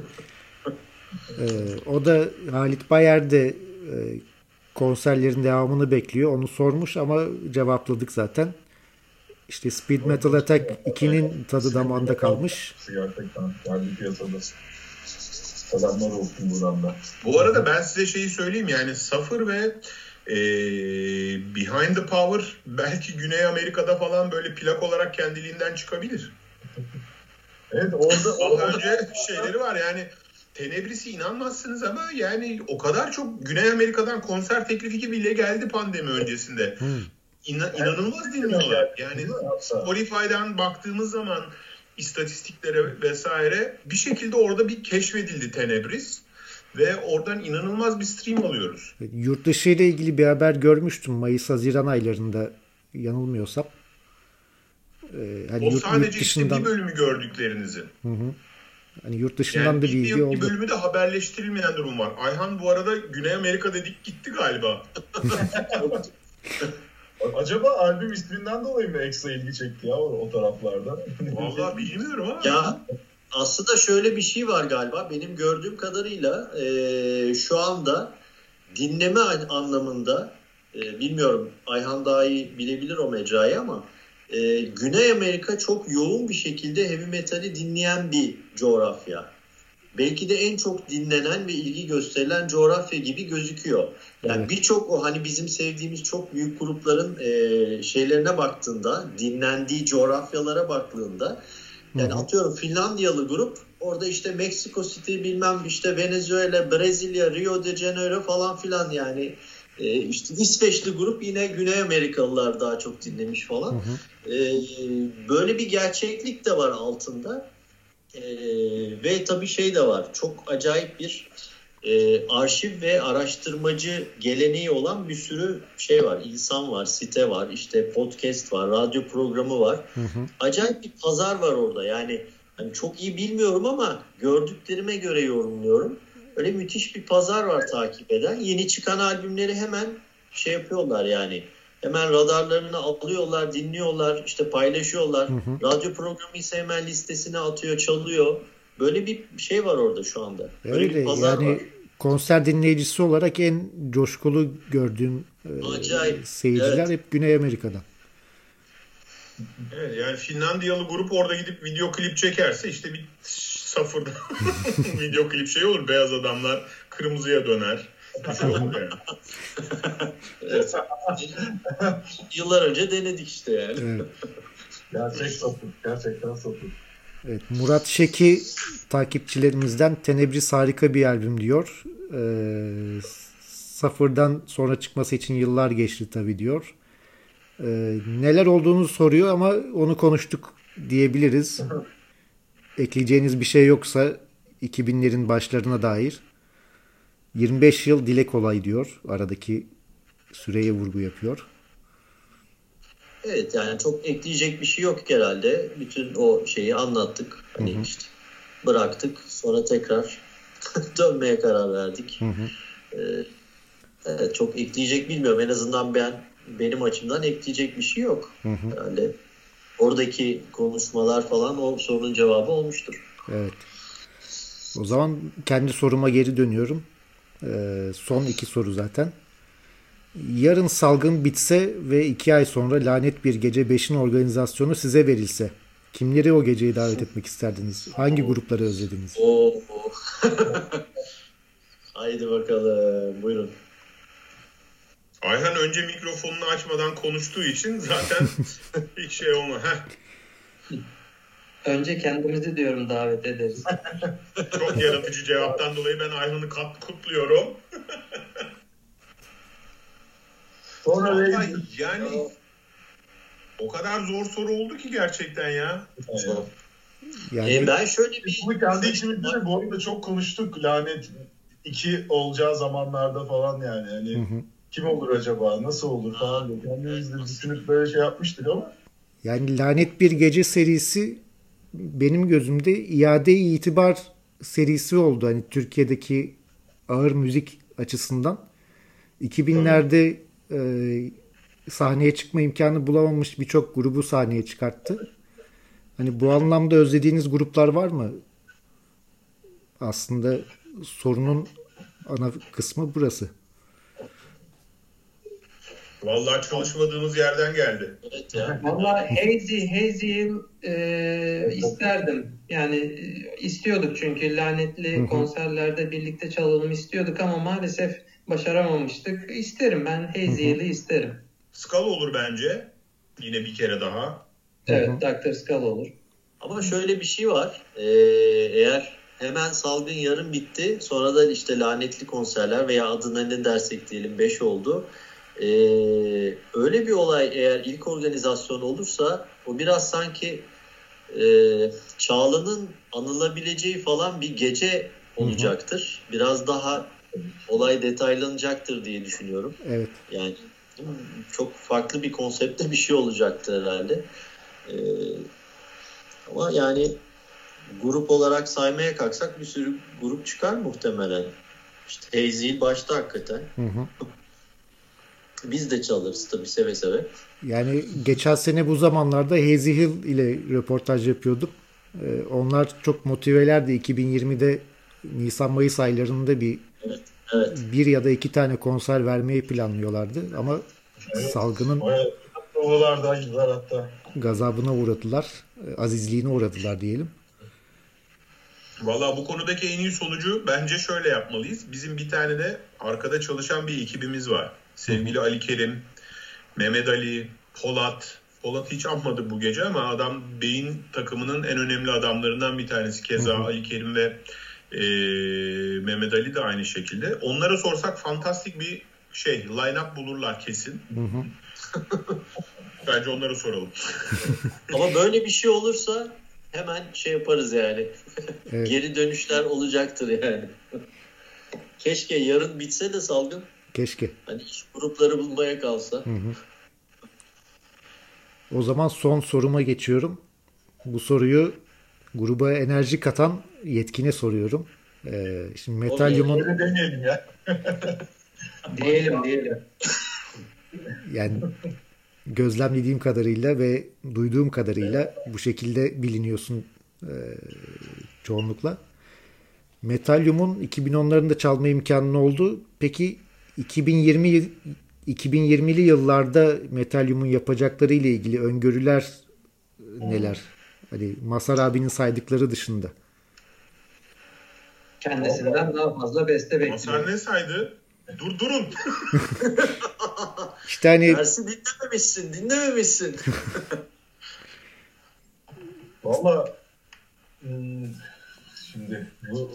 O da Halit Bayer de konserlerin devamını bekliyor. Onu sormuş ama cevapladık zaten. İşte Speed Metal Attack 2'nin tadı damağında kalmış. Gerçekten kendi piyasada. Selamlar olsun buradan da. Bu arada ben size şeyi söyleyeyim, yani Suffer ve Behind the Power belki Güney Amerika'da falan böyle plak olarak kendiliğinden çıkabilir. Evet, orada önce şeyleri var yani. Tenebris'i inanmazsınız ama yani o kadar çok Güney Amerika'dan konser teklifi bile geldi pandemi öncesinde. İnanılmaz dinliyorlar. Yani Spotify'dan baktığımız zaman istatistiklere vesaire bir şekilde orada bir keşfedildi Tenebris ve oradan inanılmaz bir stream alıyoruz. Yurt dışı ile ilgili bir haber görmüştüm Mayıs-Haziran aylarında yanılmıyorsam. Hani o sadece işte bir bölümü gördüklerinizi. Hani yurt dışından yani da bilgi oldu. Bir bölümü de haberleştirilmeyen durum var. Ayhan bu arada Güney Amerika dedik gitti galiba. Acaba albüm isminden dolayı mı ekstra ilgi çekti ya o taraflarda? Vallahi bilmiyorum ama. Ya aslında şöyle bir şey var galiba. Benim gördüğüm kadarıyla şu anda dinleme anlamında bilmiyorum, Ayhan daha iyi bilebilir o mecrayı ama Güney Amerika çok yoğun bir şekilde heavy metali dinleyen bir coğrafya. Belki de en çok dinlenen ve ilgi gösterilen coğrafya gibi gözüküyor. Yani evet. Birçok o hani bizim sevdiğimiz çok büyük grupların şeylerine baktığında, dinlendiği coğrafyalara baktığında, yani atıyorum Finlandiyalı grup Orada işte Meksiko City, bilmem işte Venezuela, Brezilya, Rio de Janeiro falan filan, yani işte İsveçli grup, yine Güney Amerikalılar daha çok dinlemiş falan. Böyle bir gerçeklik de var altında. Ve tabii şey de var, çok acayip bir arşiv ve araştırmacı geleneği olan bir sürü şey var. İnsan var, site var, işte podcast var, radyo programı var. Acayip bir pazar var orada. Yani hani çok iyi bilmiyorum ama gördüklerime göre yorumluyorum. Öyle müthiş bir pazar var takip eden. Yeni çıkan albümleri hemen şey yapıyorlar yani. Hemen radarlarını alıyorlar, dinliyorlar, işte paylaşıyorlar. Radyo programı ise hemen listesine atıyor, çalıyor. Böyle bir şey var orada şu anda. Böyle öyle bir pazar yani var. Konser dinleyicisi olarak en coşkulu gördüğüm seyirciler hep Güney Amerika'dan. Evet, yani Finlandiyalı grup orada gidip video klip çekerse işte bir Suffer'da video klip şey olur. Beyaz adamlar kırmızıya döner. Bir şey olur yani. Yıllar önce denedik işte yani. Evet. Gerçekten sapık. Evet, Murat Şeki takipçilerimizden Tenebris harika bir albüm diyor. Suffer'dan sonra çıkması için yıllar geçti tabii diyor. Neler olduğunu soruyor ama onu konuştuk diyebiliriz. Ekleyeceğiniz bir şey yoksa 2000'lerin başlarına dair 25 yıl dile kolay diyor. Aradaki süreye vurgu yapıyor. Evet, yani çok ekleyecek bir şey yok herhalde. Bütün o şeyi anlattık. Hani işte bıraktık, sonra tekrar dönmeye karar verdik. Evet, çok ekleyecek bilmiyorum. En azından benim açımdan ekleyecek bir şey yok. Herhalde oradaki konuşmalar falan o sorunun cevabı olmuştur. Evet. O zaman kendi soruma geri dönüyorum. Son 2 soru zaten. Yarın salgın bitse ve 2 ay sonra Lanet Bir Gece 5'in organizasyonu size verilse, kimleri o geceye davet etmek isterdiniz? Hangi grupları özlediniz? Haydi bakalım, buyurun. Ayhan önce mikrofonunu açmadan konuştuğu için zaten hiç şey olmaz. Önce kendimizi diyorum davet ederiz. Çok yaratıcı cevaptan dolayı ben Ayhan'ı kutluyorum. Sonra yani o kadar zor soru oldu ki gerçekten ya. Yani ben şöyle bir... Bu kendi içimizde de bu arada çok konuştuk. Lanet 2 olacağı zamanlarda falan yani. Hani kim olur acaba, nasıl olur falan diye. Kendimiz de düşünüp böyle şey yapmıştık ama. Yani Lanet Bir Gece serisi benim gözümde iade-i itibar serisi oldu. Hani Türkiye'deki ağır müzik açısından. 2000'lerde sahneye çıkma imkanı bulamamış birçok grubu sahneye çıkarttı. Hani bu anlamda özlediğiniz gruplar var mı? Aslında sorunun ana kısmı burası. Vallahi çalışmadığımız yerden geldi. Evet ya. Vallahi Hazy'yi isterdim. Yani istiyorduk çünkü lanetli konserlerde birlikte çalalım istiyorduk ama maalesef başaramamıştık. İsterim, ben Hazy'yi isterim. Skal olur bence. Yine bir kere daha. Evet, Dr. Skal olur. Ama şöyle bir şey var. Eğer hemen salgın yarın bitti, sonra da işte lanetli konserler veya adına ne dersek diyelim 5 oldu. Öyle bir olay eğer ilk organizasyon olursa o biraz sanki Çağla'nın anılabileceği falan bir gece olacaktır. Biraz daha olay detaylanacaktır diye düşünüyorum. Evet. Yani çok farklı bir konseptte bir şey olacaktır herhalde. Ama yani grup olarak saymaya kalksak bir sürü grup çıkar muhtemelen. İşte Hazy başta hakikaten. Biz de çalarız tabii seve seve. Yani geçen sene bu zamanlarda Hazy Hill ile röportaj yapıyordum. Onlar çok motivelerdi. 2020'de Nisan-Mayıs aylarında bir ya da 2 tane konser vermeyi planlıyorlardı. Ama salgının oralardan yıllar hatta gazabına uğradılar. Azizliğine uğradılar diyelim. Valla bu konudaki en iyi sonucu bence şöyle yapmalıyız. Bizim bir tane de arkada çalışan bir ekibimiz var. Sevgili Ali Kerim, Mehmet Ali, Polat, Polat hiç anmadı bu gece ama adam Beyin takımının en önemli adamlarından bir tanesi. Keza Ali Kerim ve Mehmet Ali de aynı şekilde. Onlara sorsak fantastik bir line-up bulurlar kesin. Bence onlara soralım. Ama böyle bir şey olursa hemen yaparız yani. Evet. Geri dönüşler olacaktır yani. Keşke yarın bitse de salgın. Keşke. Hani iş grupları bulmaya kalsa. O zaman son soruma geçiyorum. Bu soruyu gruba enerji katan Yetkin'e soruyorum. Şimdi Metalyum'un... Öyle demeyelim ya. Diyelim. Yani gözlemlediğim kadarıyla ve duyduğum kadarıyla bu şekilde biliniyorsun çoğunlukla. Metalyum'un 2010'larında çalma imkanı oldu. Peki 2020'li yıllarda Metalyum'un yapacakları ile ilgili öngörüler neler? Hani Mazhar abinin saydıkları dışında. Kendisinden daha fazla beste bekliyor. Mazhar ne saydı? Durun. İşte hani Dersi dinlememişsin. Valla şimdi bu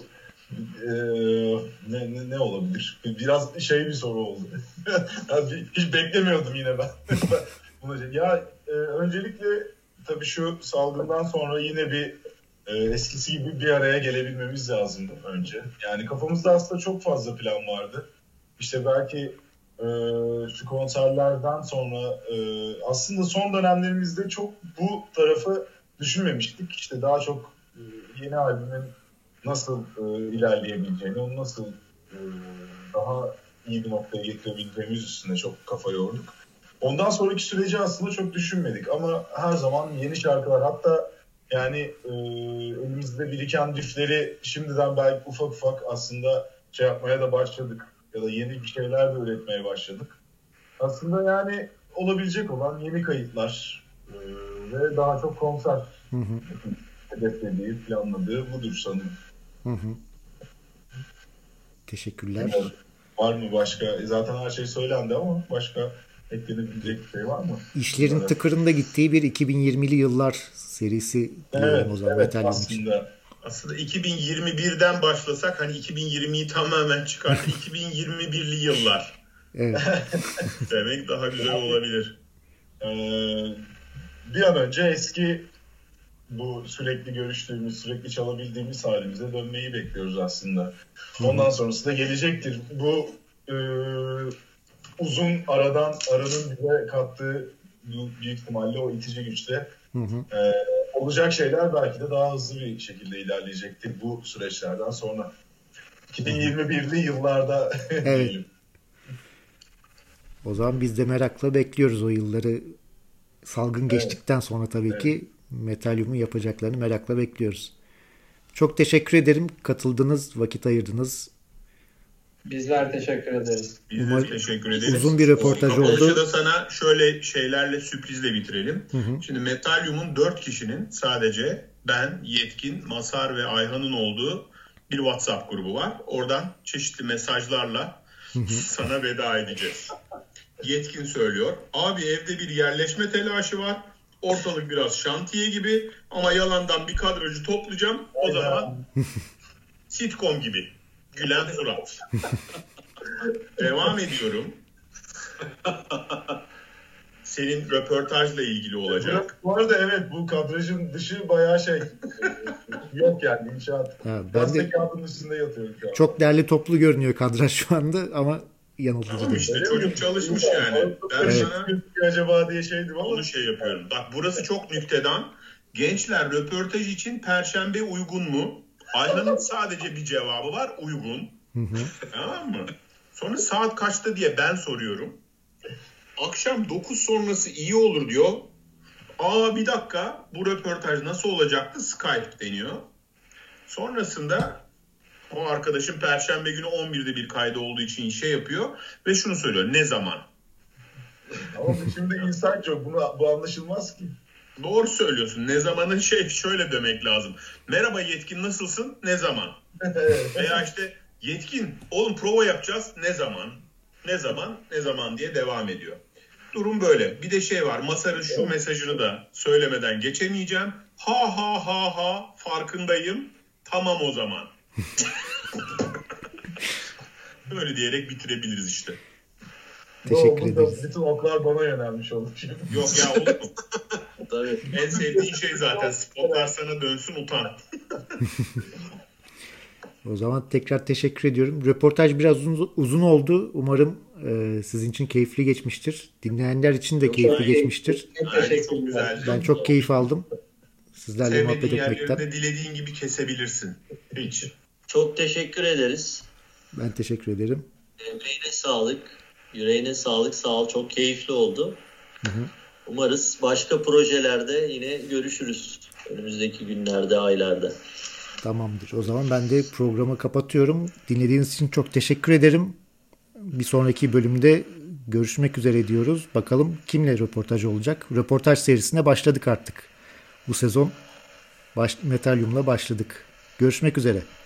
ne olabilir? Biraz bir soru oldu. Hiç beklemiyordum yine ben. Öncelikle tabii şu salgından sonra yine bir eskisi gibi bir araya gelebilmemiz lazımdı önce. Yani kafamızda aslında çok fazla plan vardı. İşte belki şu konserlerden sonra aslında son dönemlerimizde çok bu tarafı düşünmemiştik. İşte daha çok yeni albümün nasıl ilerleyebileceğini, onu nasıl daha iyi bir noktaya getirebileceğimiz üstüne çok kafa yorduk. Ondan sonraki süreci aslında çok düşünmedik ama her zaman yeni şarkılar, hatta yani elimizde biriken riffleri şimdiden belki ufak aslında yapmaya da başladık ya da yeni bir şeyler de üretmeye başladık. Aslında yani olabilecek olan yeni kayıtlar ve daha çok konser hedeflediği, planladığı budur sanırım. Teşekkürler. Yani var mı başka? Zaten her şey söylendi ama başka eklenebilecek bir şey var mı? İşlerin tıkırında gittiği bir 2020'li yıllar serisi evet, o zaman evet, aslında 2021'den başlasak hani 2020'yi tamamen çıkartıp 2021'li yıllar. Evet. Demek daha güzel olabilir. Bir an önce eski bu sürekli görüştüğümüz, sürekli çalabildiğimiz halimize dönmeyi bekliyoruz aslında. Ondan sonrası da gelecektir. Bu uzun aranın bize kattığı büyük ihtimalle o itici güçle olacak şeyler belki de daha hızlı bir şekilde ilerleyecektir bu süreçlerden sonra. 2021'li yıllarda diyelim. O zaman biz de merakla bekliyoruz o yılları. Salgın geçtikten sonra tabii ki Metalyum'un yapacaklarını merakla bekliyoruz. Çok teşekkür ederim. Katıldınız, vakit ayırdınız. Bizler teşekkür ederiz. Biz de teşekkür ederiz. Uzun bir röportaj oldu. Kapanışı da sana şöyle şeylerle sürprizle bitirelim. Şimdi Metalyum'un 4 kişinin sadece ben, Yetkin, Mazhar ve Ayhan'ın olduğu bir WhatsApp grubu var. Oradan çeşitli mesajlarla sana veda edeceğiz. Yetkin söylüyor. Abi evde bir yerleşme telaşı var. Ortalık biraz şantiye gibi ama yalandan bir kadrajı toplayacağım. O zaman sitcom gibi. Gülen surat. Devam ediyorum. Senin röportajla ilgili olacak. Bu arada evet, bu kadrajın dışı bayağı yok yani inşaat. Gazete kağıdının üstünde yatıyorum şu an. Çok değerli toplu görünüyor kadraj şu anda ama yanıltıcı. Tamam işte çocuk çalışmış yani. Ben sana acaba diye şeydim ama. Onu yapıyorum. Bak burası çok nüktedan. Gençler röportaj için Perşembe uygun mu? Ayhan'ın sadece bir cevabı var. Uygun. Tamam mı? Sonra saat kaçta diye ben soruyorum. Akşam 9 sonrası iyi olur diyor. Bir dakika, bu röportaj nasıl olacaktı? Skype deniyor. Sonrasında o arkadaşım Perşembe günü 11'de bir kaydı olduğu için yapıyor ve şunu söylüyor. Ne zaman? Ama şimdi insan çok. Bu anlaşılmaz ki. Doğru söylüyorsun. Ne zamanın şöyle demek lazım. Merhaba Yetkin, nasılsın? Ne zaman? Veya işte Yetkin, oğlum prova yapacağız. Ne zaman? Ne zaman diye devam ediyor. Durum böyle. Bir de şey var. Masar'ın şu mesajını da söylemeden geçemeyeceğim. Ha ha ha ha farkındayım. Tamam o zaman. Böyle diyerek bitirebiliriz işte. Teşekkür ederiz. Bütün oklar bana yönelmiş oldu. Yok ya, olur mu? Tabii. En sevdiğin şey zaten. Spotlar sana dönsün, utan. O zaman tekrar teşekkür ediyorum. Röportaj biraz uzun oldu. Umarım sizin için keyifli geçmiştir. Dinleyenler için de keyifli geçmiştir. Çok güzel. Ben çok keyif aldım. Sizlerle muhabbet Sevmediğin etmekten. yerleri de dilediğin gibi kesebilirsin. Hiç. Çok teşekkür ederiz. Ben teşekkür ederim. Emeğine sağlık. Yüreğine sağlık. Sağ ol. Çok keyifli oldu. Hı hı. Umarız başka projelerde yine görüşürüz. Önümüzdeki günlerde, aylarda. Tamamdır. O zaman ben de programı kapatıyorum. Dinlediğiniz için çok teşekkür ederim. Bir sonraki bölümde görüşmek üzere diyoruz. Bakalım kimle röportaj olacak? Röportaj serisine başladık artık. Bu sezon Metalyum'la başladık. Görüşmek üzere.